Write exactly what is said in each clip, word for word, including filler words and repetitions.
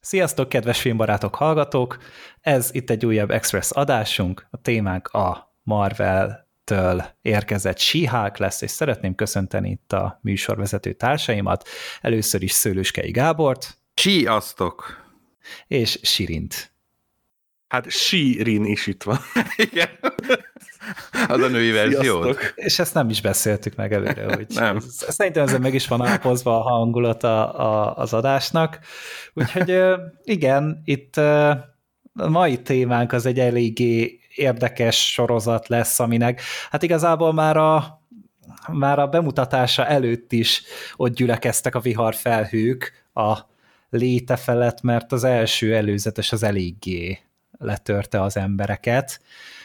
Sziasztok, kedves filmbarátok, hallgatók! Ez itt egy újabb Express adásunk, a témánk a Marvel-től érkezett She-Hulk lesz, és szeretném köszönteni itt a műsorvezető társaimat, először is Szőlőskei Gábort. Sziasztok! És Sirint. Hát Sirin is itt van. Igen. Az a női verzió. És ezt nem is beszéltük meg előre, hogy nem. Szerintem ezzel meg is van alapozva a hangulat a, a, az adásnak. Úgyhogy igen, itt a mai témánk az egy eléggé érdekes sorozat lesz, aminek hát igazából már a, már a bemutatása előtt is ott gyülekeztek a viharfelhők a léte felett, mert az első előzetes az eléggé letörte az embereket.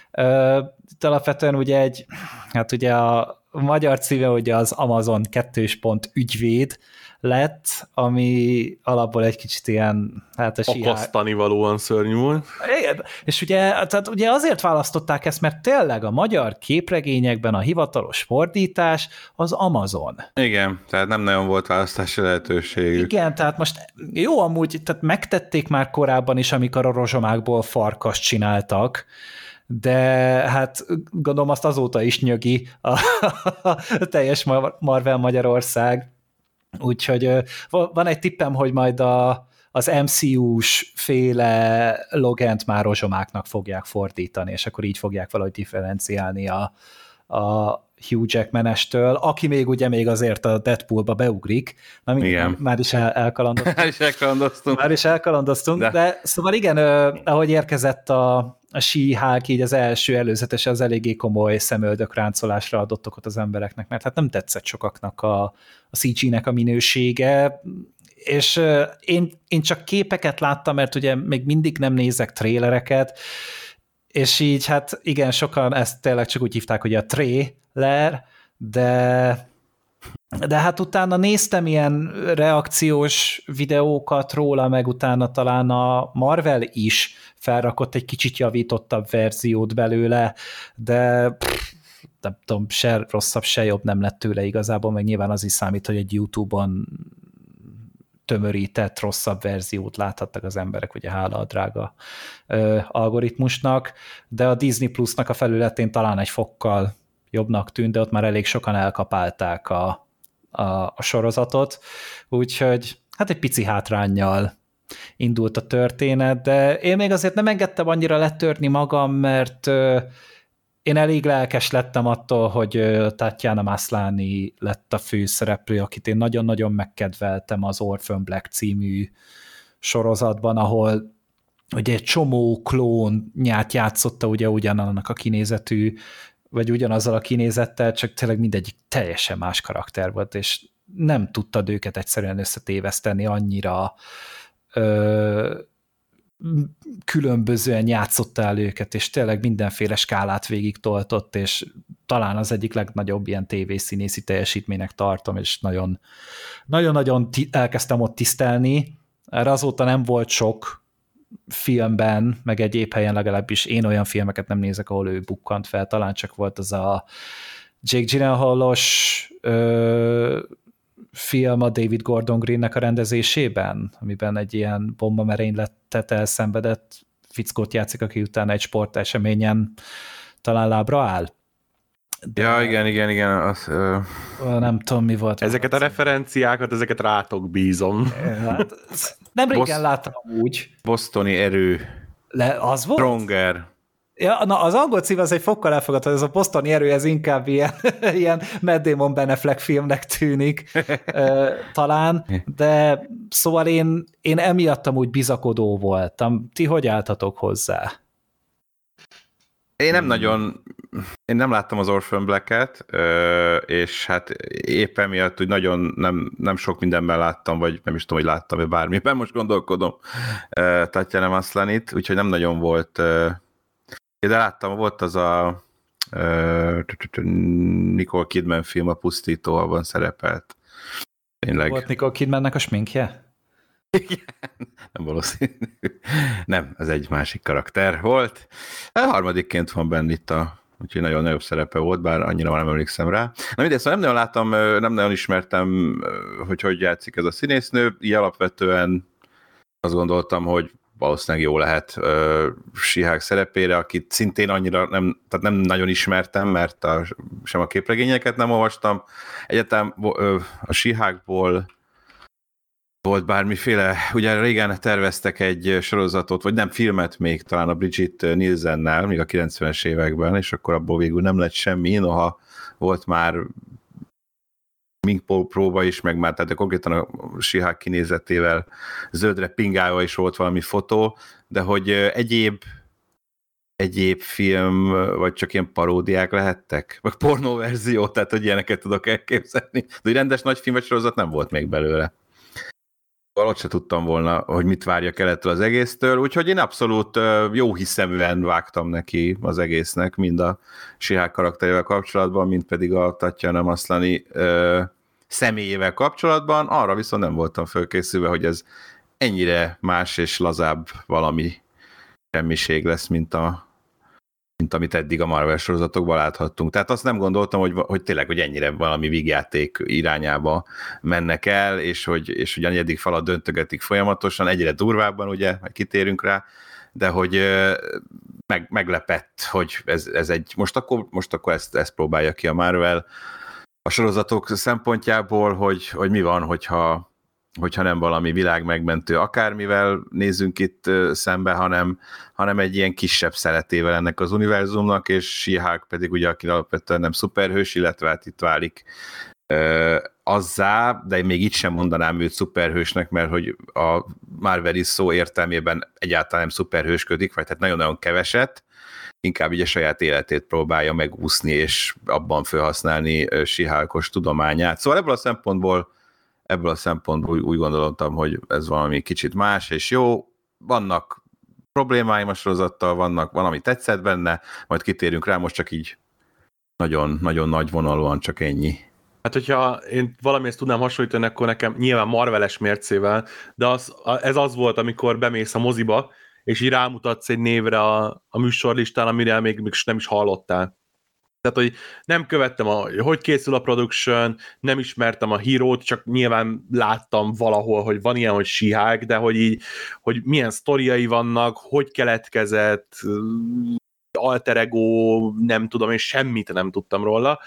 Itt alapvetően ugye egy, hát ugye a magyar címe ugye az Amazon kettős pont ügyvéd lett, ami alapból egy kicsit ilyen, hát a akasztani valóan szörnyű volt. Igen, és ugye, tehát ugye azért választották ezt, mert tényleg a magyar képregényekben a hivatalos fordítás az Amazon. Igen, tehát nem nagyon volt választási lehetőség. Igen, tehát most jó amúgy, tehát megtették már korábban is, amikor a rozsomákból farkast csináltak, de hát gondolom azt azóta is nyögi a, a teljes Marvel Magyarország. Úgyhogy van egy tippem, hogy majd a, az em cé u-s féle Logant már rozsomáknak fogják fordítani, és akkor így fogják valahogy differenciálni a, a Hugh Jackman-estől, aki még ugye még azért a Deadpoolba beugrik. Na, igen. Már is el, elkalandoztunk. Már is elkalandoztunk. Már is elkalandoztunk, de, de szóval igen, ahogy érkezett a, a She-Hulk, így az első előzetes, az eléggé komoly szemöldökráncolásra adott okot az embereknek, mert hát nem tetszett sokaknak a, a cé gé-nek a minősége, és én, én csak képeket láttam, mert ugye még mindig nem nézek trélereket, és így hát igen, sokan ezt tényleg csak úgy hívták, hogy a trailer, de, de hát utána néztem ilyen reakciós videókat róla, meg utána talán a Marvel is felrakott egy kicsit javítottabb verziót belőle, de pff, nem tudom, se rosszabb, se jobb nem lett tőle igazából, meg nyilván az is számít, hogy egy YouTube-on tömörített, rosszabb verziót láthattak az emberek, ugye hála a drága ö, algoritmusnak, de a Disney Plus-nak a felületén talán egy fokkal jobbnak tűnt, de ott már elég sokan elkapálták a, a, a sorozatot, úgyhogy hát egy pici hátránnyal indult a történet, de én még azért nem engedtem annyira letörni magam, mert ö, én elég lelkes lettem attól, hogy Tatiana Maslany lett a főszereplő, akit én nagyon-nagyon megkedveltem az Orphan Black című sorozatban, ahol ugye egy csomó klónját játszotta ugye ugyanannak a kinézetű, vagy ugyanazzal a kinézettel, csak tényleg mindegyik teljesen más karakter volt, és nem tudtad őket egyszerűen összetéveszteni, annyira ö, különbözően játszotta el őket, és tényleg mindenféle skálát végig toltott, és talán az egyik legnagyobb ilyen tévészínészi teljesítménynek tartom, és nagyon, nagyon-nagyon elkezdtem ott tisztelni. Erre azóta nem volt sok filmben, meg egyéb helyen legalábbis én olyan filmeket nem nézek, ahol ő bukkant fel, talán csak volt az a Jake Gyllenhaal-os ö, film a David Gordon Greennek a rendezésében, amiben egy ilyen bombamerényletet elszenvedett fickót játszik, aki utána egy sporteseményen talán lábra áll. De ja, igen, igen, igen. Az, uh... nem tudom, mi volt. Ezeket a referenciákat, ezeket rátok bízom. Hát, nem régen Bos- láttam úgy. Bostoni erő. Le, az volt? Stronger. Ja, na, az angol cím az egy fokkal elfogadható, ez a bostoni erő, ez inkább ilyen, ilyen Matt Damon Ben Affleck filmnek tűnik uh, talán, de szóval én, én emiatt amúgy bizakodó voltam. Ti hogy álltatok hozzá? Én nem hmm. nagyon, én nem láttam az Orphan Black-et, és hát éppen miatt úgy nagyon nem, nem sok mindenben láttam, vagy nem is tudom, hogy láttam-e bármiben, most gondolkodom Tatiana Maslanyt, úgyhogy nem nagyon volt. De láttam, volt az a uh, Nicole Kidman film, a Pusztító, abban szerepelt. Tényleg. Volt Nicole Kidmannek a sminkje? Igen, nem valószínű. Nem, ez egy másik karakter volt. A harmadikként van benne itt a, úgyhogy nagyon nagyobb szerepe volt, bár annyira nem emlékszem rá. Na mindegy, szóval nem nagyon láttam, nem nagyon ismertem, hogy hogy játszik ez a színésznő, így alapvetően azt gondoltam, hogy valószínűleg jó lehet uh, She-Hulk szerepére, akit szintén annyira nem, tehát nem nagyon ismertem, mert a, sem a képregényeket nem olvastam. Egyetem uh, a She-Hulkból volt bármiféle, ugye régen terveztek egy sorozatot, vagy nem filmet még, talán a Bridget Nielsennel, még a kilencvenes években, és akkor abból végül nem lett semmi, noha volt már mink próba is, meg már tehát konkrétan a She-Hulk kinézetével zöldre pingálva is volt valami fotó, de hogy egyéb egyéb film, vagy csak ilyen paródiák lehettek? Vagy pornóverzió, tehát hogy ilyeneket tudok elképzelni. De egy rendes nagy film vagy sorozat nem volt még belőle. Valahogy se tudtam volna, hogy mit várjak el ettől az egésztől, úgyhogy én abszolút jó hiszeműen vágtam neki az egésznek, mind a She-Hulk karakterével kapcsolatban, mind pedig a Tatjana Maslany ö, személyével kapcsolatban. Arra viszont nem voltam fölkészülve, hogy ez ennyire más és lazább valami semmiség lesz, mint, a, mint amit eddig a Marvel sorozatokban láthattunk. Tehát azt nem gondoltam, hogy, hogy tényleg, hogy ennyire valami vígjáték irányába mennek el, és hogy, és hogy a negyedik falat döntögetik folyamatosan, egyre durvábban, ugye, majd kitérünk rá, de hogy meg, meglepett, hogy ez, ez egy, most akkor, most akkor ezt, ezt próbálja ki a Marvel a sorozatok szempontjából, hogy, hogy mi van, hogyha hogyha nem valami világmegmentő akármivel nézzünk itt szembe, hanem, hanem egy ilyen kisebb szeletével ennek az univerzumnak, és She-Hulk pedig ugye, aki alapvetően nem szuperhős, illetve hát itt válik ö, azzá, de én még itt sem mondanám őt szuperhősnek, mert hogy a Marvel szó értelmében egyáltalán nem szuperhősködik, vagy tehát nagyon-nagyon keveset, inkább így a saját életét próbálja megúszni, és abban felhasználni She-Hulkos tudományát. Szóval ebből a szempontból Ebből a szempontból úgy gondoltam, hogy ez valami kicsit más, és jó, vannak problémáim a sorozattal, vannak, van, ami tetszett benne, majd kitérünk rá, most csak így nagyon, nagyon nagy vonalúan csak ennyi. Hát, hogyha én valamihez tudnám hasonlítani, akkor nekem nyilván Marveles mércével, de az, ez az volt, amikor bemész a moziba, és így rámutatsz egy névre a, a műsorlistán, amire még, még nem is hallottál. Tehát, hogy nem követtem, a, hogy készül a production, nem ismertem a hírót, csak nyilván láttam valahol, hogy van ilyen, hogy She-Hulk, de hogy így, hogy milyen sztoriai vannak, hogy keletkezett, alter ego, nem tudom, és semmit nem tudtam róla.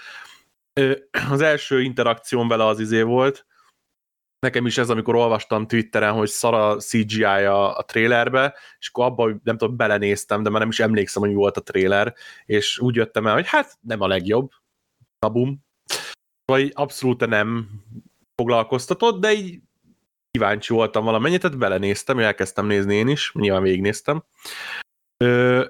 Az első interakcióm vele az izé volt, nekem is ez, amikor olvastam Twitteren, hogy szara cé gé í-ja a trailerbe, és akkor abban, nem tudom, belenéztem, de már nem is emlékszem, hogy mi volt a trailer, és úgy jöttem el, hogy hát nem a legjobb, tabum. Vagy abszolút nem foglalkoztatott, de így kíváncsi voltam valamennyit, tehát belenéztem, és elkezdtem nézni én is, nyilván végignéztem. Ö,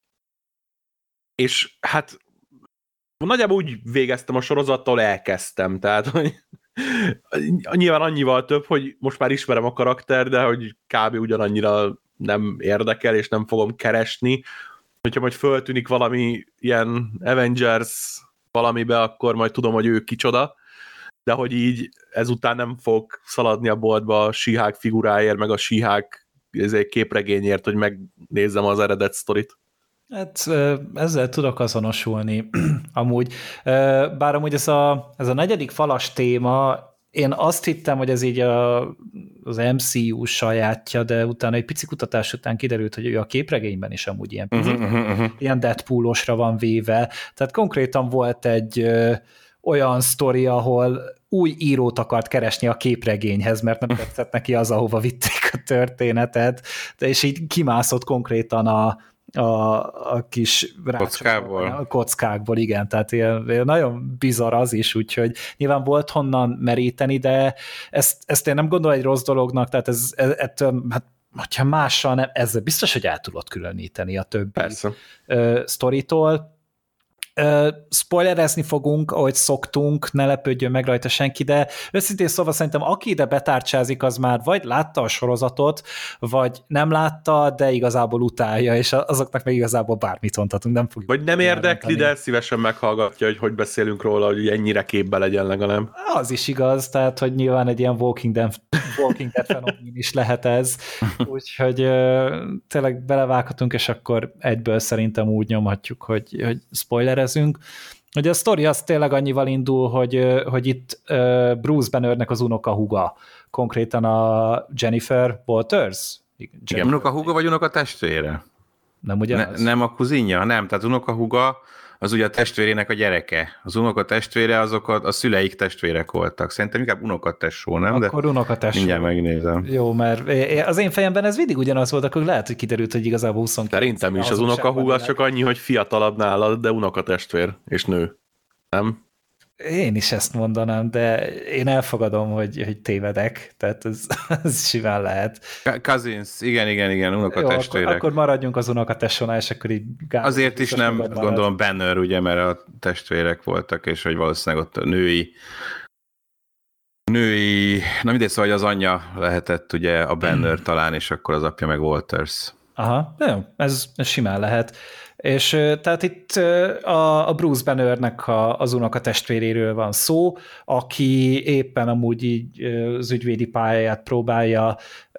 és hát nagyjából úgy végeztem a sorozattal, elkezdtem, tehát hogy nyilván annyival több, hogy most már ismerem a karakter, de hogy kb. Ugyanannyira nem érdekel, és nem fogom keresni. Hogyha majd föltűnik valami ilyen Avengers valamibe, akkor majd tudom, hogy ő kicsoda, de hogy így ezután nem fog szaladni a boltba a She-Hulk figuráért, meg a She-Hulk képregényért, hogy megnézzem az eredet sztorit. Hát ezzel tudok azonosulni amúgy. Bár amúgy ez a, ez a negyedik falas téma, én azt hittem, hogy ez így a, az em cé u sajátja, de utána egy pici kutatás után kiderült, hogy ő a képregényben is amúgy ilyen, pici, uh-huh, uh-huh. ilyen Deadpoolosra van véve. Tehát konkrétan volt egy ö, olyan sztori, ahol új írót akart keresni a képregényhez, mert nem tetszett neki az, ahova vitték a történetet, de és így kimászott konkrétan a A, a kis kockákból. A kockákból, igen, tehát ilyen, ilyen nagyon bizarr az is, úgyhogy nyilván volt honnan meríteni, de ezt, ezt én nem gondolom egy rossz dolognak, tehát ez, ez ettől, hát hogyha mással nem, ezzel biztos, hogy el tudod különíteni a többi Persze. uh, sztoritól. Uh, spoilerezni fogunk, ahogy szoktunk, ne lepődjön meg rajta senki, de őszintén szóval szerintem aki ide betárcsázik, az már vagy látta a sorozatot, vagy nem látta, de igazából utálja, és azoknak meg igazából bármit mondhatunk, nem fogjuk. Vagy nem érdekli, de szívesen meghallgatja, hogy hogy beszélünk róla, hogy ennyire képbe legyen legalább. Az is igaz, tehát, hogy nyilván egy ilyen Walking Dead, Walking Dead fenomén is lehet ez, úgyhogy uh, tényleg belevághatunk, és akkor egyből szerintem úgy nyomhatjuk, hogy, hogy spoilerezünk. Ugye a sztori az tényleg annyival indul, hogy, hogy itt Bruce Bannernek az unoka húga, konkrétan a Jennifer Walters. Igen, unoka húga vagy unoka testvére? Nem ugyanaz? Ne, nem a kuzinja, nem, tehát unoka húga az ugye a testvérének a gyereke. Az unoka testvére azok a, a szüleik testvérek voltak. Szerintem inkább unokatesó, nem? Akkor unokatesó. Mindjárt megnézem. Jó, mert az én fejemben ez mindig ugyanaz volt, akkor lehet, hogy kiderült, hogy igazából huszonkettő. Szerintem is az unokahúg az csak annyi, hogy fiatalabb nálad, de unokatestvér és nő. Nem? Én is ezt mondanám, de én elfogadom, hogy, hogy tévedek, tehát ez, ez simán lehet. Cousins, igen, igen, igen, unokatestvérek. Akkor, akkor maradjunk az unokatesónál, és akkor így... Azért is nem gondolom Banner, ugye, mert a testvérek voltak, és hogy valószínűleg ott a női női, na mindegy, szóval az anyja lehetett ugye a Banner talán, és akkor az apja meg Walters. Aha, jó, ez, ez simán lehet. És tehát itt a, a Bruce Bannernek a, az unoka testvéréről van szó, aki éppen amúgy így az ügyvédi pályáját próbálja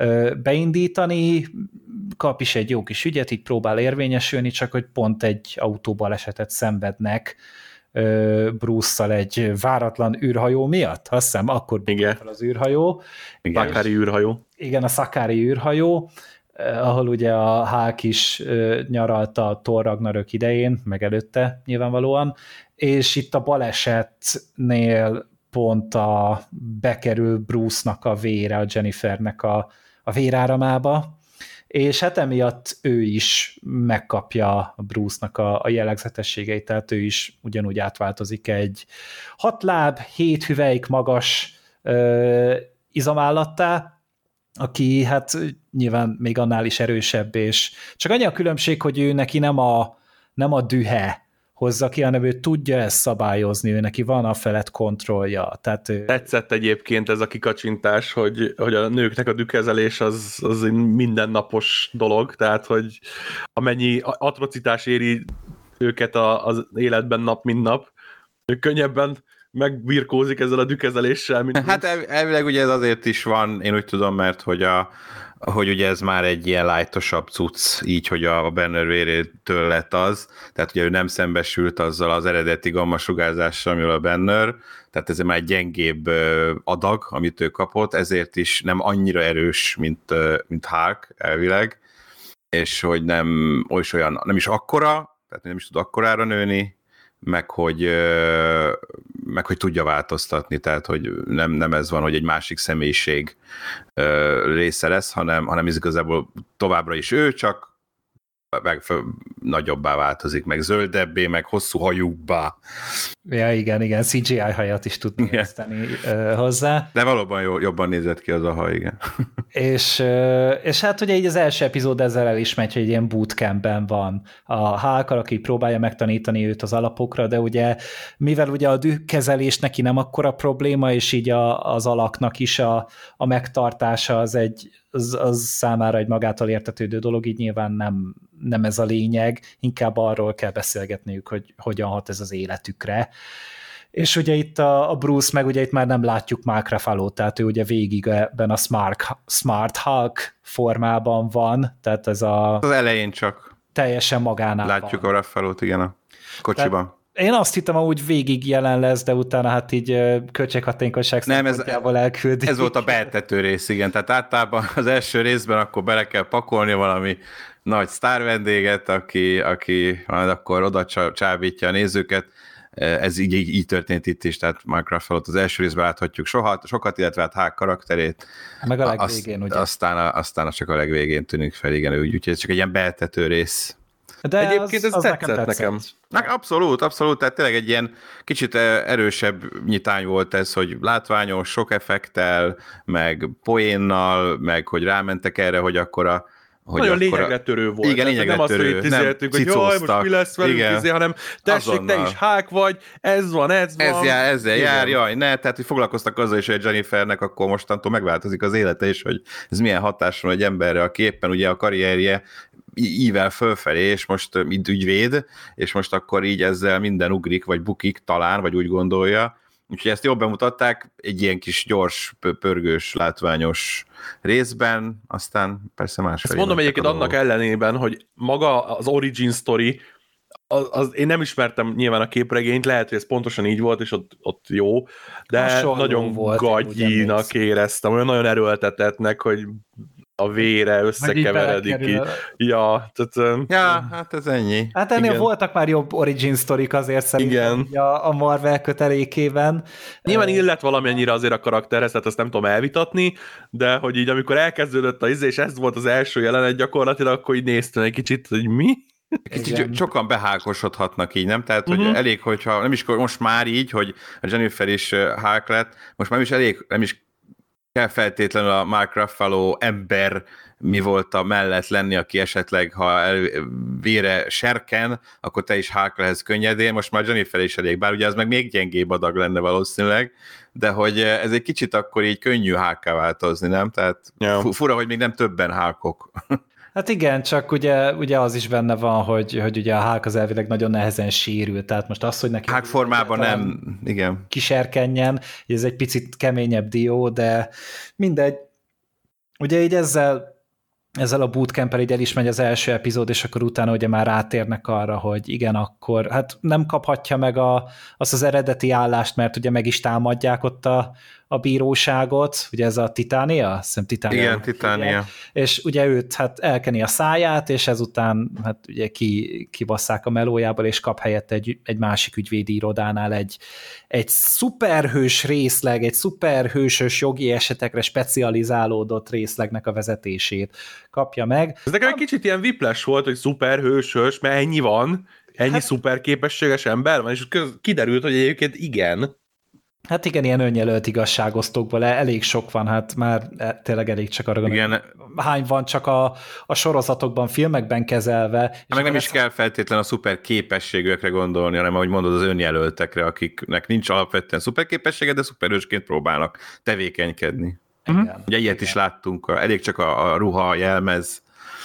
beindítani, kap is egy jó kis ügyet, így próbál érvényesülni, csak hogy pont egy autóbalesetet szenvednek Bruce-szal egy váratlan űrhajó miatt. Azt hiszem, akkor igen. Fel az űrhajó. Szakári űrhajó. Igen, a Szakári űrhajó, ahol ugye a Hulk is nyaralta a Thor Ragnarök idején, meg előtte nyilvánvalóan, és itt a balesetnél pont a bekerül Bruce-nak a vére, a Jennifernek a, a véráramába, és hát emiatt ő is megkapja Bruce-nak a, a jellegzetességeit, tehát ő is ugyanúgy átváltozik egy hat láb, hét hüvelyk magas ö, izomállattá, aki hát nyilván még annál is erősebb, és csak annyi a különbség, hogy ő neki nem a, nem a dühe hozza ki, hanem ő tudja ezt szabályozni, ő neki van a felett kontrollja. Tehát ő... Tetszett egyébként ez a kikacsintás, hogy, hogy a nőknek a dühkezelés az, az mindennapos dolog, tehát hogy amennyi atrocitás éri őket a, az életben nap, mint nap, ő könnyebben megbirkózik ezzel a dühkezeléssel. Mint hát el, elvileg ugye ez azért is van, én úgy tudom, mert hogy, a, hogy ugye ez már egy ilyen lightosabb cucc, így, hogy a Banner vérétől lett az, tehát ugye ő nem szembesült azzal az eredeti gammasugárzással, amiről a Banner, tehát ez már egy gyengébb adag, amit ő kapott, ezért is nem annyira erős, mint, mint Hulk elvileg, és hogy nem, olyan, nem is akkora, tehát nem is tud akkorára nőni, meg hogy, meg hogy tudja változtatni, tehát hogy nem, nem ez van, hogy egy másik személyiség része lesz, hanem, hanem ez igazából továbbra is ő, csak meg nagyobbá változik, meg zöldebbé, meg hosszú hajúbbá. Ja, igen, igen, cé gé í hajat is tudni érteni uh, hozzá. De valóban jó, jobban nézett ki az a haj, igen. és, uh, és hát ugye így az első epizód ezzel el is megy, hogy egy ilyen bootcampben van a Hulk, aki próbálja megtanítani őt az alapokra, de ugye mivel ugye a dühkezelés neki nem akkora probléma, és így a, az alaknak is a, a megtartása az egy Az, az számára egy magától értetődő dolog, így nyilván nem, nem ez a lényeg, inkább arról kell beszélgetniük, hogy hogyan hat ez az életükre. És ugye itt a, a Bruce meg ugye itt már nem látjuk Mark Ruffalo, tehát ő ugye végig ebben a Smart, Smart Hulk formában van, tehát ez a... Az elején csak. Teljesen magánál látjuk van. a Ruffalót, igen, a kocsiban. Tehát én azt hittem, amúgy végig jelen lesz, de utána hát így költséghatékonyság szempontjából elküldik. Ez volt a beeltető rész, igen. Tehát általában az első részben akkor bele kell pakolni valami nagy sztár vendéget, aki, aki majd akkor oda csábítja a nézőket. Ez így, így, így történt itt is, tehát Mark Ruffalót az első részben láthatjuk sohat, sokat, illetve hát Hulk karakterét. Meg a legvégén, ugye? Aztán, a, aztán csak a legvégén tűnik fel, igen, úgyhogy ez csak egy ilyen beeltető rész. De egyébként az, ez az tetszett nekem. nekem. Na, abszolút, abszolút, tehát tényleg egy ilyen kicsit erősebb nyitány volt ez, hogy látványos, sok effektel, meg poénnal, meg hogy rámentek erre, hogy akkor a hogy nagyon lényegre törő volt. Igen, lényegre nem törő. azt, hogy izéltük, hogy jaj, most mi lesz velünk, izé, hanem tessék, azonnal. Te is Hulk vagy, ez van, ez van. Ez jár, ezzel igen. jár, jaj, ne, tehát hogy foglalkoztak azzal is, hogy Jennifernek akkor mostantól megváltozik az élete, és hogy ez milyen hatás van egy emberre, aki éppen ugye a karrierje ível fölfelé, és most ügyvéd, és most akkor így ezzel minden ugrik, vagy bukik talán, vagy úgy gondolja. Úgyhogy ezt jól bemutatták egy ilyen kis gyors, pörgős, látványos részben, aztán persze más. Ezt mondom egyébként annak ellenében, hogy maga az origin story az, az, én nem ismertem nyilván a képregényt, lehet, hogy ez pontosan így volt, és ott, ott jó, de Hasonló nagyon volt, gagyinak éreztem, olyan nagyon erőltetetnek, hogy a vére összekeveredik ki. Ja, tehát, ja, hát ez ennyi. Hát ennél igen. voltak már jobb origin sztorik azért szerintem a, a Marvel kötelékében. Nyilván illet valamennyire azért a karakterhez, tehát azt nem tudom elvitatni, de hogy így amikor elkezdődött a izé, és ez volt az első jelenet gyakorlatilag, akkor így néztem egy kicsit, hogy mi? Kicsit sokan behákosodhatnak így, nem? Tehát, hogy uh-huh. elég, hogyha nem is most már így, hogy a Jennifer is Hulk lett, most már nem is elég, nem is kell feltétlenül a Mark Ruffalo ember mi volt a mellett lenni, aki esetleg, ha el, vére serken, akkor te is Hulk lehetsz könnyedén, most már Jennifer is elég, bár ugye az meg még gyengébb adag lenne valószínűleg, de hogy ez egy kicsit akkor így könnyű Hulk-ká változni, nem? Tehát yeah. fura, hogy még nem többen Hulkok. Hát igen, csak ugye, ugye az is benne van, hogy, hogy ugye a Hulk az elvileg nagyon nehezen sérül, tehát most az, hogy neki... Hulk formában nem, igen. Kiserkenjen, ez egy picit keményebb dió, de mindegy. Ugye így ezzel, ezzel a bootcamp-el így el is megy az első epizód, és akkor utána ugye már rátérnek arra, hogy igen, akkor hát nem kaphatja meg a, azt az eredeti állást, mert ugye meg is támadják ott a, a bíróságot, ugye ez a Titánia? Azt hiszem Titánia. Igen, Titánia. És ugye őt hát elkeni a száját, és ezután hát ugye ki, kibasszák a melójából, és kap helyett egy, egy másik ügyvédi irodánál egy, egy szuperhős részleg, egy szuperhősös jogi esetekre specializálódott részlegnek a vezetését kapja meg. Ez nekem egy kicsit ilyen whiplash volt, hogy szuperhősös, mert ennyi van, ennyi hát, szuperképességes ember van, és kiderült, hogy egyébként igen. Hát igen, ilyen önjelölt igazságosztókból elég sok van, hát már tényleg elég csak arra gondolom, hány van csak a, a sorozatokban, filmekben kezelve. És meg nem is kell feltétlenül a szuper képességűekre gondolni, hanem ahogy mondod, az önjelöltekre, akiknek nincs alapvetően szuper képessége, de szuperhősként próbálnak tevékenykedni. Igen, uh-huh. Ugye ilyet igen. is láttunk, elég csak a, a ruha, a jelmez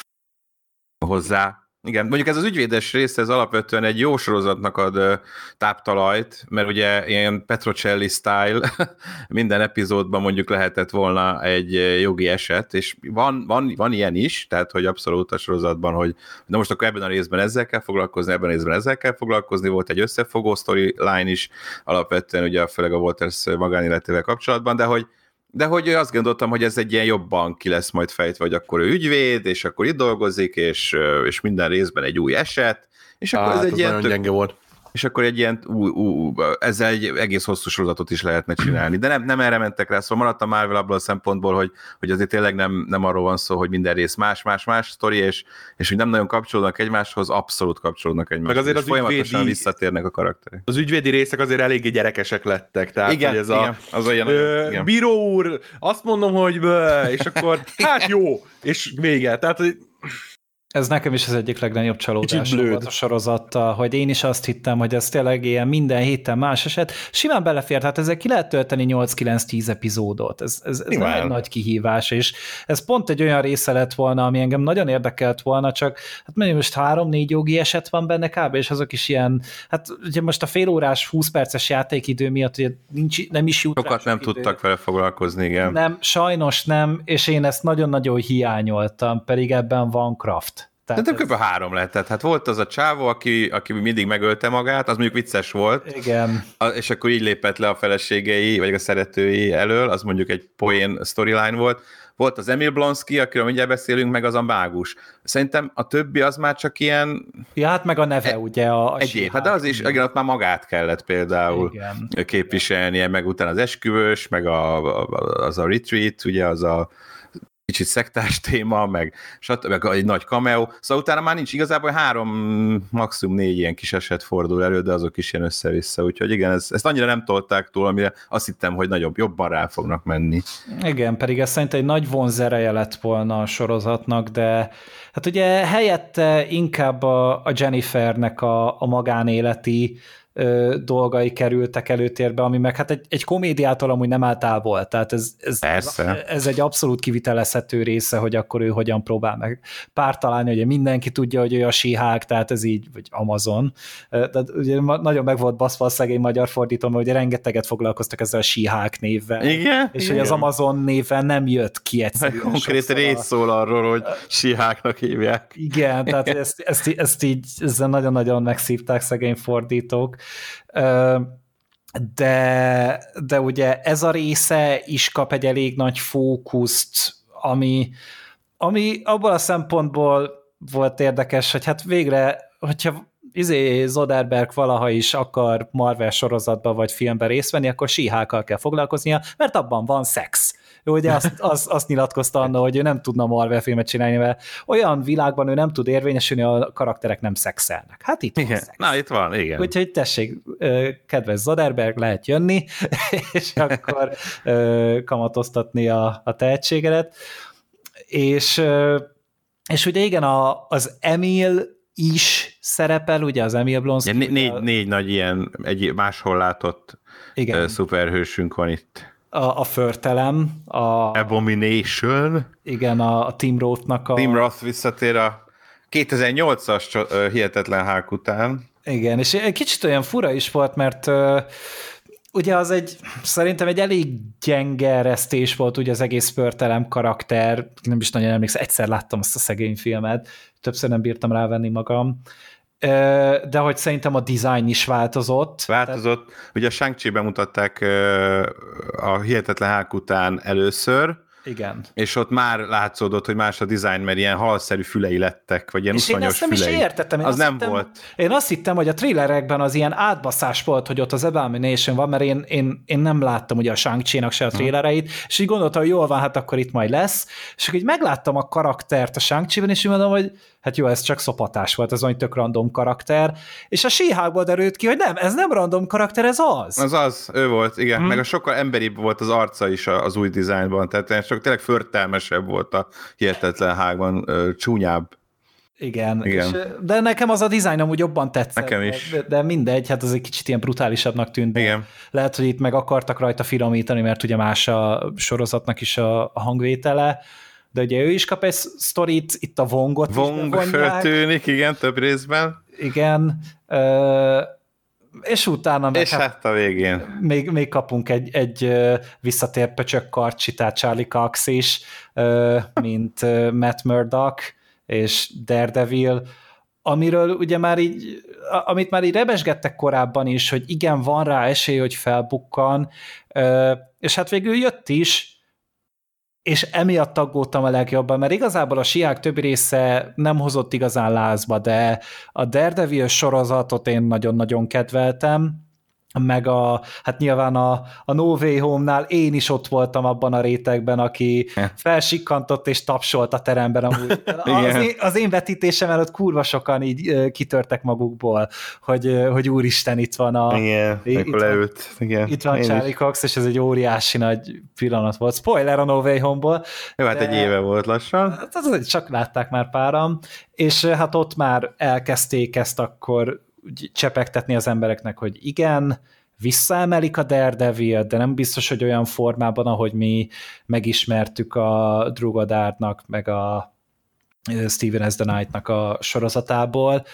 hozzá. Igen, mondjuk ez az ügyvédes rész, ez alapvetően egy jó sorozatnak ad táptalajt, mert ugye ilyen Petrocelli style minden epizódban mondjuk lehetett volna egy jogi eset, és van, van, van ilyen is, tehát hogy abszolút a sorozatban, hogy na most akkor ebben a részben ezzel kell foglalkozni, ebben a részben ezzel kell foglalkozni, volt egy összefogó storyline is, alapvetően ugye főleg a Walters magánéletével kapcsolatban, de hogy De hogy azt gondoltam, hogy ez egy ilyen jobban ki lesz majd fejtve, hogy akkor ő ügyvéd, és akkor itt dolgozik, és, és minden részben egy új eset, és akkor Á, ez egy ez ilyen... Tök... gyenge volt. És akkor egy ilyen, ú, ú, ezzel egy egész hosszú sorozatot is lehetne csinálni. De nem, nem erre mentek rá, szóval maradt a Marvel abból a szempontból, hogy, hogy azért tényleg nem, nem arról van szó, hogy minden rész más-más-más sztori, és, és hogy nem nagyon kapcsolódnak egymáshoz, abszolút kapcsolódnak egymáshoz. Meg azért az folyamatosan ügyvédi... visszatérnek a karakterek. Az ügyvédi részek azért eléggé gyerekesek lettek. Tehát, igen, hogy ez igen, a, az olyan, ö, igen. Bíró úr, azt mondom, hogy bő, és akkor hát jó, és vége. Tehát ez nekem is az egyik legnagyobb csalódás volt a sorozattal, hogy én is azt hittem, hogy ez tényleg ilyen minden héten más eset. Simán belefért, hát ezzel ki lehet tölteni nyolc-kilenc-tíz epizódot. Ez, ez, ez nem egy nagy kihívás, és ez pont egy olyan része lett volna, ami engem nagyon érdekelt volna, csak hát mondjuk most három-négy jogi eset van benne kb. És azok is ilyen, hát ugye most a fél órás, húsz perces játékidő miatt ugye nincs, nem is jut. Sokat nem idő. Tudtak vele foglalkozni, igen. Nem, sajnos nem, és én ezt nagyon-nagyon hiányoltam, pedig ebben van craft. Tehát de ez... kb. három lehetett. Hát volt az a csávó, aki, aki mindig megölte magát, az mondjuk vicces volt. Igen. A, és akkor így lépett le a feleségei, vagy a szeretői elől, az mondjuk egy poén storyline volt. Volt az Emil Blonsky, akiről mindjárt beszélünk, meg az a mágus. Szerintem a többi az már csak ilyen... Ja, hát meg a neve, e- ugye a... a egyéb, hát de az is, igen, ott már magát kellett például igen. képviselnie, meg utána az esküvős, meg a, a, az a retreat, ugye az a kicsit szektás téma, meg, stb. Meg egy nagy cameo, szóval utána már nincs igazából három, maximum négy ilyen kis eset fordul elő, de azok is ilyen össze-vissza, úgyhogy igen, ez, ezt annyira nem tolták túl, amire azt hittem, hogy nagyobb, jobban rá fognak menni. Igen, pedig ez szerint egy nagy vonzereje lett volna a sorozatnak, de hát ugye helyette inkább a, a Jennifernek a, a magánéleti ö, dolgai kerültek előtérbe, ami meg hát egy, egy komédiától amúgy nem áll távol, tehát ez, ez, ez, ez egy abszolút kivitelezhető része, hogy akkor ő hogyan próbál meg párt találni, ugye mindenki tudja, hogy ő a She-Hulk, tehát ez így, vagy Amazon, tehát ugye nagyon meg volt baszva a szegény magyar fordító, mert ugye rengeteget foglalkoztak ezzel a She-Hulk névvel, igen, és igen. hogy az Amazon néven nem jött ki egyszerűen. Konkrét rész szól arról, hogy She-Hulknak hívják. Igen, tehát ezt, ezt, ezt így ezzel nagyon-nagyon megszívták szegény fordítók. De, de ugye ez a része is kap egy elég nagy fókuszt, ami, ami abból a szempontból volt érdekes, hogy hát végre, hogyha izé Zoderberg valaha is akar Marvel sorozatba vagy filmben részt venni, akkor She-Hulkkal kell foglalkoznia, mert abban van szex. Ő ugye azt, azt, azt nyilatkozta anna, hogy ő nem tudna Marvel filmet csinálni, mert olyan világban ő nem tud érvényesülni, a karakterek nem szexelnek. Hát itt igen. van szex. Na, itt van, igen. Úgyhogy tessék, kedves Zoderberg, lehet jönni, és akkor kamatoztatni a, a tehetségedet. És, és ugye igen, a, az Emil is szerepel, ugye az Emil Blonsky. Ja, né- négy, a... négy nagy ilyen, egy máshol látott igen. szuperhősünk van itt. A, a Förtelem, a... Abomination. Igen, a, a Tim Roth-nak a... Tim Roth visszatér a kétezer-nyolcas uh, Hihetetlen Hulk után. Igen, és egy kicsit olyan fura is volt, mert uh, ugye az egy, szerintem egy elég gyenge eresztés volt ugye az egész Förtelem karakter, nem is nagyon emlékszem, egyszer láttam azt a szegény filmet, többször nem bírtam rávenni magam, de hogy szerintem a design is változott. Változott. Tehát... Ugye a Shang-Chi bemutatták a Hihetetlen Hulk után először, igen. És ott már látszódott, hogy más a design, mert ilyen halszerű fülei lettek, vagy ilyen uszonyos fülei. És én ezt nem is értettem. Én az nem hittem, volt. Én azt hittem, hogy a thrillerekben az ilyen átbaszás volt, hogy ott az Abomination van, mert én, én, én nem láttam ugye a Shang-Chi-nak se a thrillereit, és így gondoltam, hogy jól van, hát akkor itt majd lesz. És akkor így megláttam a karaktert a Shang-Chi-ben, és így mondom, hogy hát jó, ez csak szopatás volt, ez olyan tök random karakter, és a She-Hulkból derült ki, hogy nem, ez nem random karakter, ez az. Az az, ő volt, igen, hmm. meg a sokkal emberibb volt az arca is az új dizájnban, tehát sok tényleg förtelmesebb volt a Hihetetlen Hulkban, csúnyább. Igen, igen. És, de nekem az a dizájn amúgy jobban tetszett. Nekem is. De, de mindegy, hát az egy kicsit ilyen brutálisabbnak tűnt. Igen. Lehet, hogy itt meg akartak rajta finomítani, mert ugye más a sorozatnak is a, a hangvétele, de ugye ő is kap egy sztorit, itt a Wongot Wong feltűnik, igen, több részben. Igen, ö, és utána meg és hát, hát a végén. Még, még kapunk egy, egy visszatér pöcsök karcsi, tehát Charlie Cox is, mint Matt Murdock és Daredevil, amiről ugye már így, amit már így rebesgettek korábban is, hogy igen, van rá esély, hogy felbukkan, és hát végül jött is, és emiatt aggódtam a legjobban, mert igazából a She-Hulk többi része nem hozott igazán lázba, de a Daredevil sorozatot én nagyon-nagyon kedveltem, meg a, hát nyilván a, a No Way Home-nál én is ott voltam abban a rétegben, aki felsikkantott és tapsolt a teremben amúgy. Az én, az én vetítésem előtt kurva sokan így kitörtek magukból, hogy, hogy úristen, itt van a... Igen, itt van, leült. Igen, itt van Charlie Cox, és ez egy óriási nagy pillanat volt. Spoiler a No Way Home-ból. Jó, hát de, egy éve volt lassan. Hát az, csak látták már páran, és hát ott már elkezdték ezt akkor csepegtetni az embereknek, hogy igen, visszaemelik a Daredevil, de nem biztos, hogy olyan formában, ahogy mi megismertük a Drew Goddardnak, meg a Steven S. the Knight-nak a sorozatából,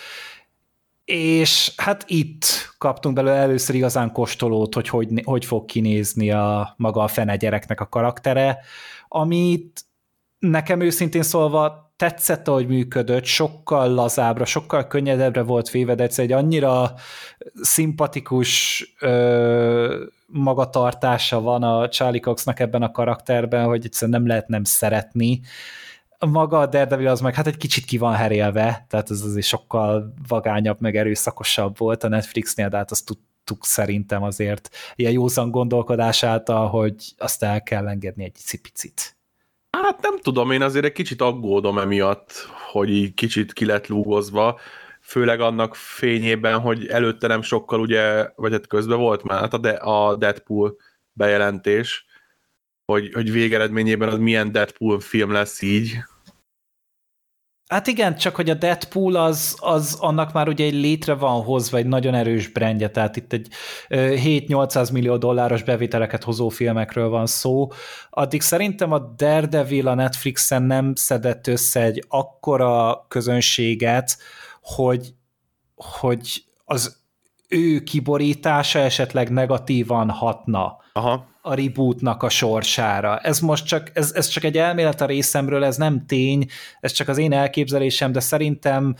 és hát itt kaptunk belőle először igazán kóstolót, hogy hogy, hogy fog kinézni a maga a fene gyereknek a karaktere, amit nekem őszintén szólva tetszett, ahogy működött, sokkal lazábbra, sokkal könnyedebbre volt véve, de egyszer egy annyira szimpatikus ö, magatartása van a Charlie Coxnak ebben a karakterben, hogy egyszerűen nem lehet nem szeretni. Maga a Daredevil az meg hát egy kicsit ki van herélve, tehát ez azért sokkal vagányabb, meg erőszakosabb volt a Netflixnél, de hát azt tudtuk szerintem azért ilyen józan gondolkodás által, hogy azt el kell engedni egy picit. Hát nem tudom, én azért egy kicsit aggódom emiatt, hogy így kicsit ki lett lúgozva, főleg annak fényében, hogy előtte nem sokkal ugye, vagy hát közben volt már hát a Deadpool bejelentés, hogy, hogy végeredményében az milyen Deadpool film lesz így. Hát igen, csak hogy a Deadpool az, az annak már ugye egy létre van hozva, egy nagyon erős brandje, tehát itt egy hét-nyolcszáz millió dolláros bevételeket hozó filmekről van szó. Addig szerintem a Daredevil a Netflixen nem szedett össze egy akkora közönséget, hogy, hogy az ő kiborítása esetleg negatívan hatna. Aha. A rebootnak a sorsára. Ez most csak, ez, ez csak egy elmélet a részemről, ez nem tény, ez csak az én elképzelésem, de szerintem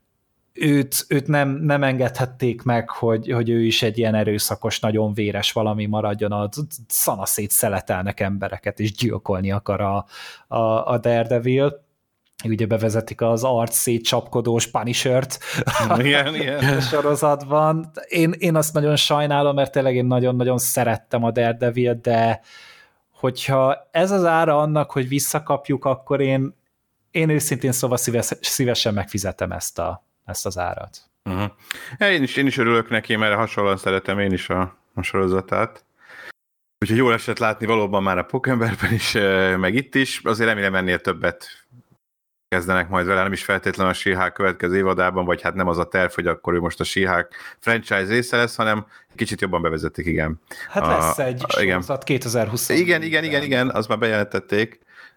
őt, őt nem, nem engedhették meg, hogy, hogy ő is egy ilyen erőszakos, nagyon véres valami maradjon, a szanaszét szeletelnek embereket, és gyilkolni akar a, a, a Daredevil. Ugye bevezetik az arc szétcsapkodós Punishert igen, igen. a sorozatban. Én, én azt nagyon sajnálom, mert tényleg én nagyon-nagyon szerettem a Daredevil, de hogyha ez az ára annak, hogy visszakapjuk, akkor én, én őszintén szóval szíves, szívesen megfizetem ezt, a, ezt az árat. Uh-huh. Én, is, én is örülök neki, mert hasonlóan szeretem én is a, a sorozatát. Úgyhogy jól esett látni valóban már a Pókemberben is, meg itt is. Azért remélem ennél többet kezdenek majd vele, nem is feltétlenül a She-Hulk következő évadában, vagy hát nem az a terv, hogy akkor ő most a She-Hulk franchise része lesz, hanem kicsit jobban bevezetik, igen. Hát lesz a, egy sorozat kétezer-húsz. Igen, igen, igen, igen, azt már bejelentették.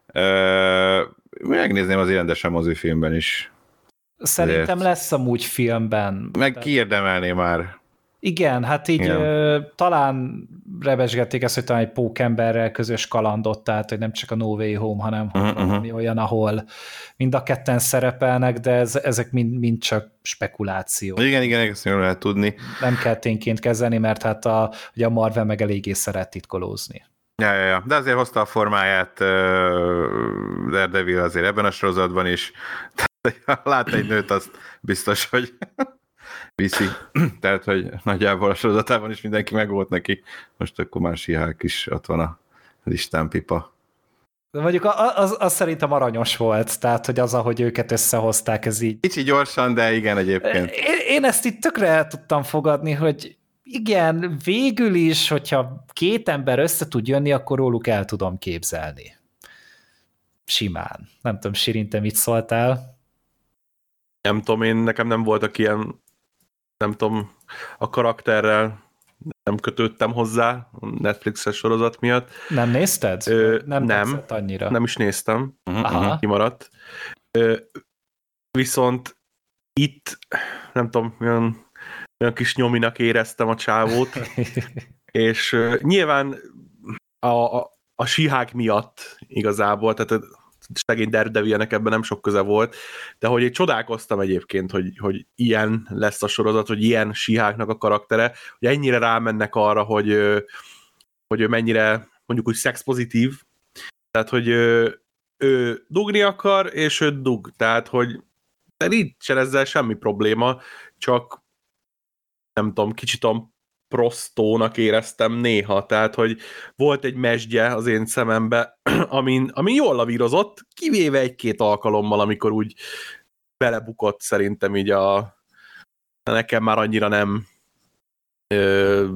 Uh, megnézném az rendesen mozifilmben is. Szerintem Ezért. lesz amúgy filmben. Meg Tehát... kiérdemelné már. Igen, hát így ö, talán rebesgették ezt, hogy talán egy Pókemberrel közös kalandot, tehát hogy nem csak a No Way Home, hanem uh-huh. valami olyan, ahol mind a ketten szerepelnek, de ez, ezek mind, mind csak spekuláció. Igen, igen, ezt jól lehet tudni. Nem kell tényként kezelni, mert hát a, ugye a Marvel meg eléggé szeret titkolózni. Ja, ja, ja, de azért hozta a formáját uh, Daredevil azért ebben a sorozatban is. Lát egy nőt, azt biztos, hogy viszi. Tehát, hogy nagyjából a sorozatában is mindenki megvolt neki. Most akkor már She-Hulk is ott van a listán, pipa. De mondjuk az, az szerintem aranyos volt, tehát, hogy az, ahogy őket összehozták, ez így... Kicsi gyorsan, de igen egyébként. Én, én ezt itt tökre el tudtam fogadni, hogy igen, végül is, hogyha két ember össze tud jönni, akkor róluk el tudom képzelni. Simán. Nem tudom, Sirin, te mit szóltál? Nem tudom, én nekem nem voltak ilyen, nem tudom, a karakterrel nem kötődtem hozzá a Netflixes sorozat miatt. Nem nézted? Ö, nem nem, annyira. nem is néztem. Aha. Kimaradt. Ö, viszont itt, nem tudom, olyan, olyan kis nyominak éreztem a csávót, és uh, nyilván a, a, a She-Hulk miatt igazából, tehát szegény Daredevilnek ebben nem sok köze volt, de hogy én csodálkoztam egyébként, hogy, hogy ilyen lesz a sorozat, hogy ilyen She-Hulknak a karaktere, hogy ennyire rámennek arra, hogy, hogy ő mennyire mondjuk úgy szexpozitív, tehát hogy ő, ő dugni akar, és ő dug, tehát hogy de nincsen ezzel semmi probléma, csak nem tudom, kicsit a prostónak éreztem néha, tehát, hogy volt egy mesdje az én szemembe, amin, amin jól lavírozott, kivéve egy-két alkalommal, amikor úgy belebukott szerintem így a nekem már annyira nem ö,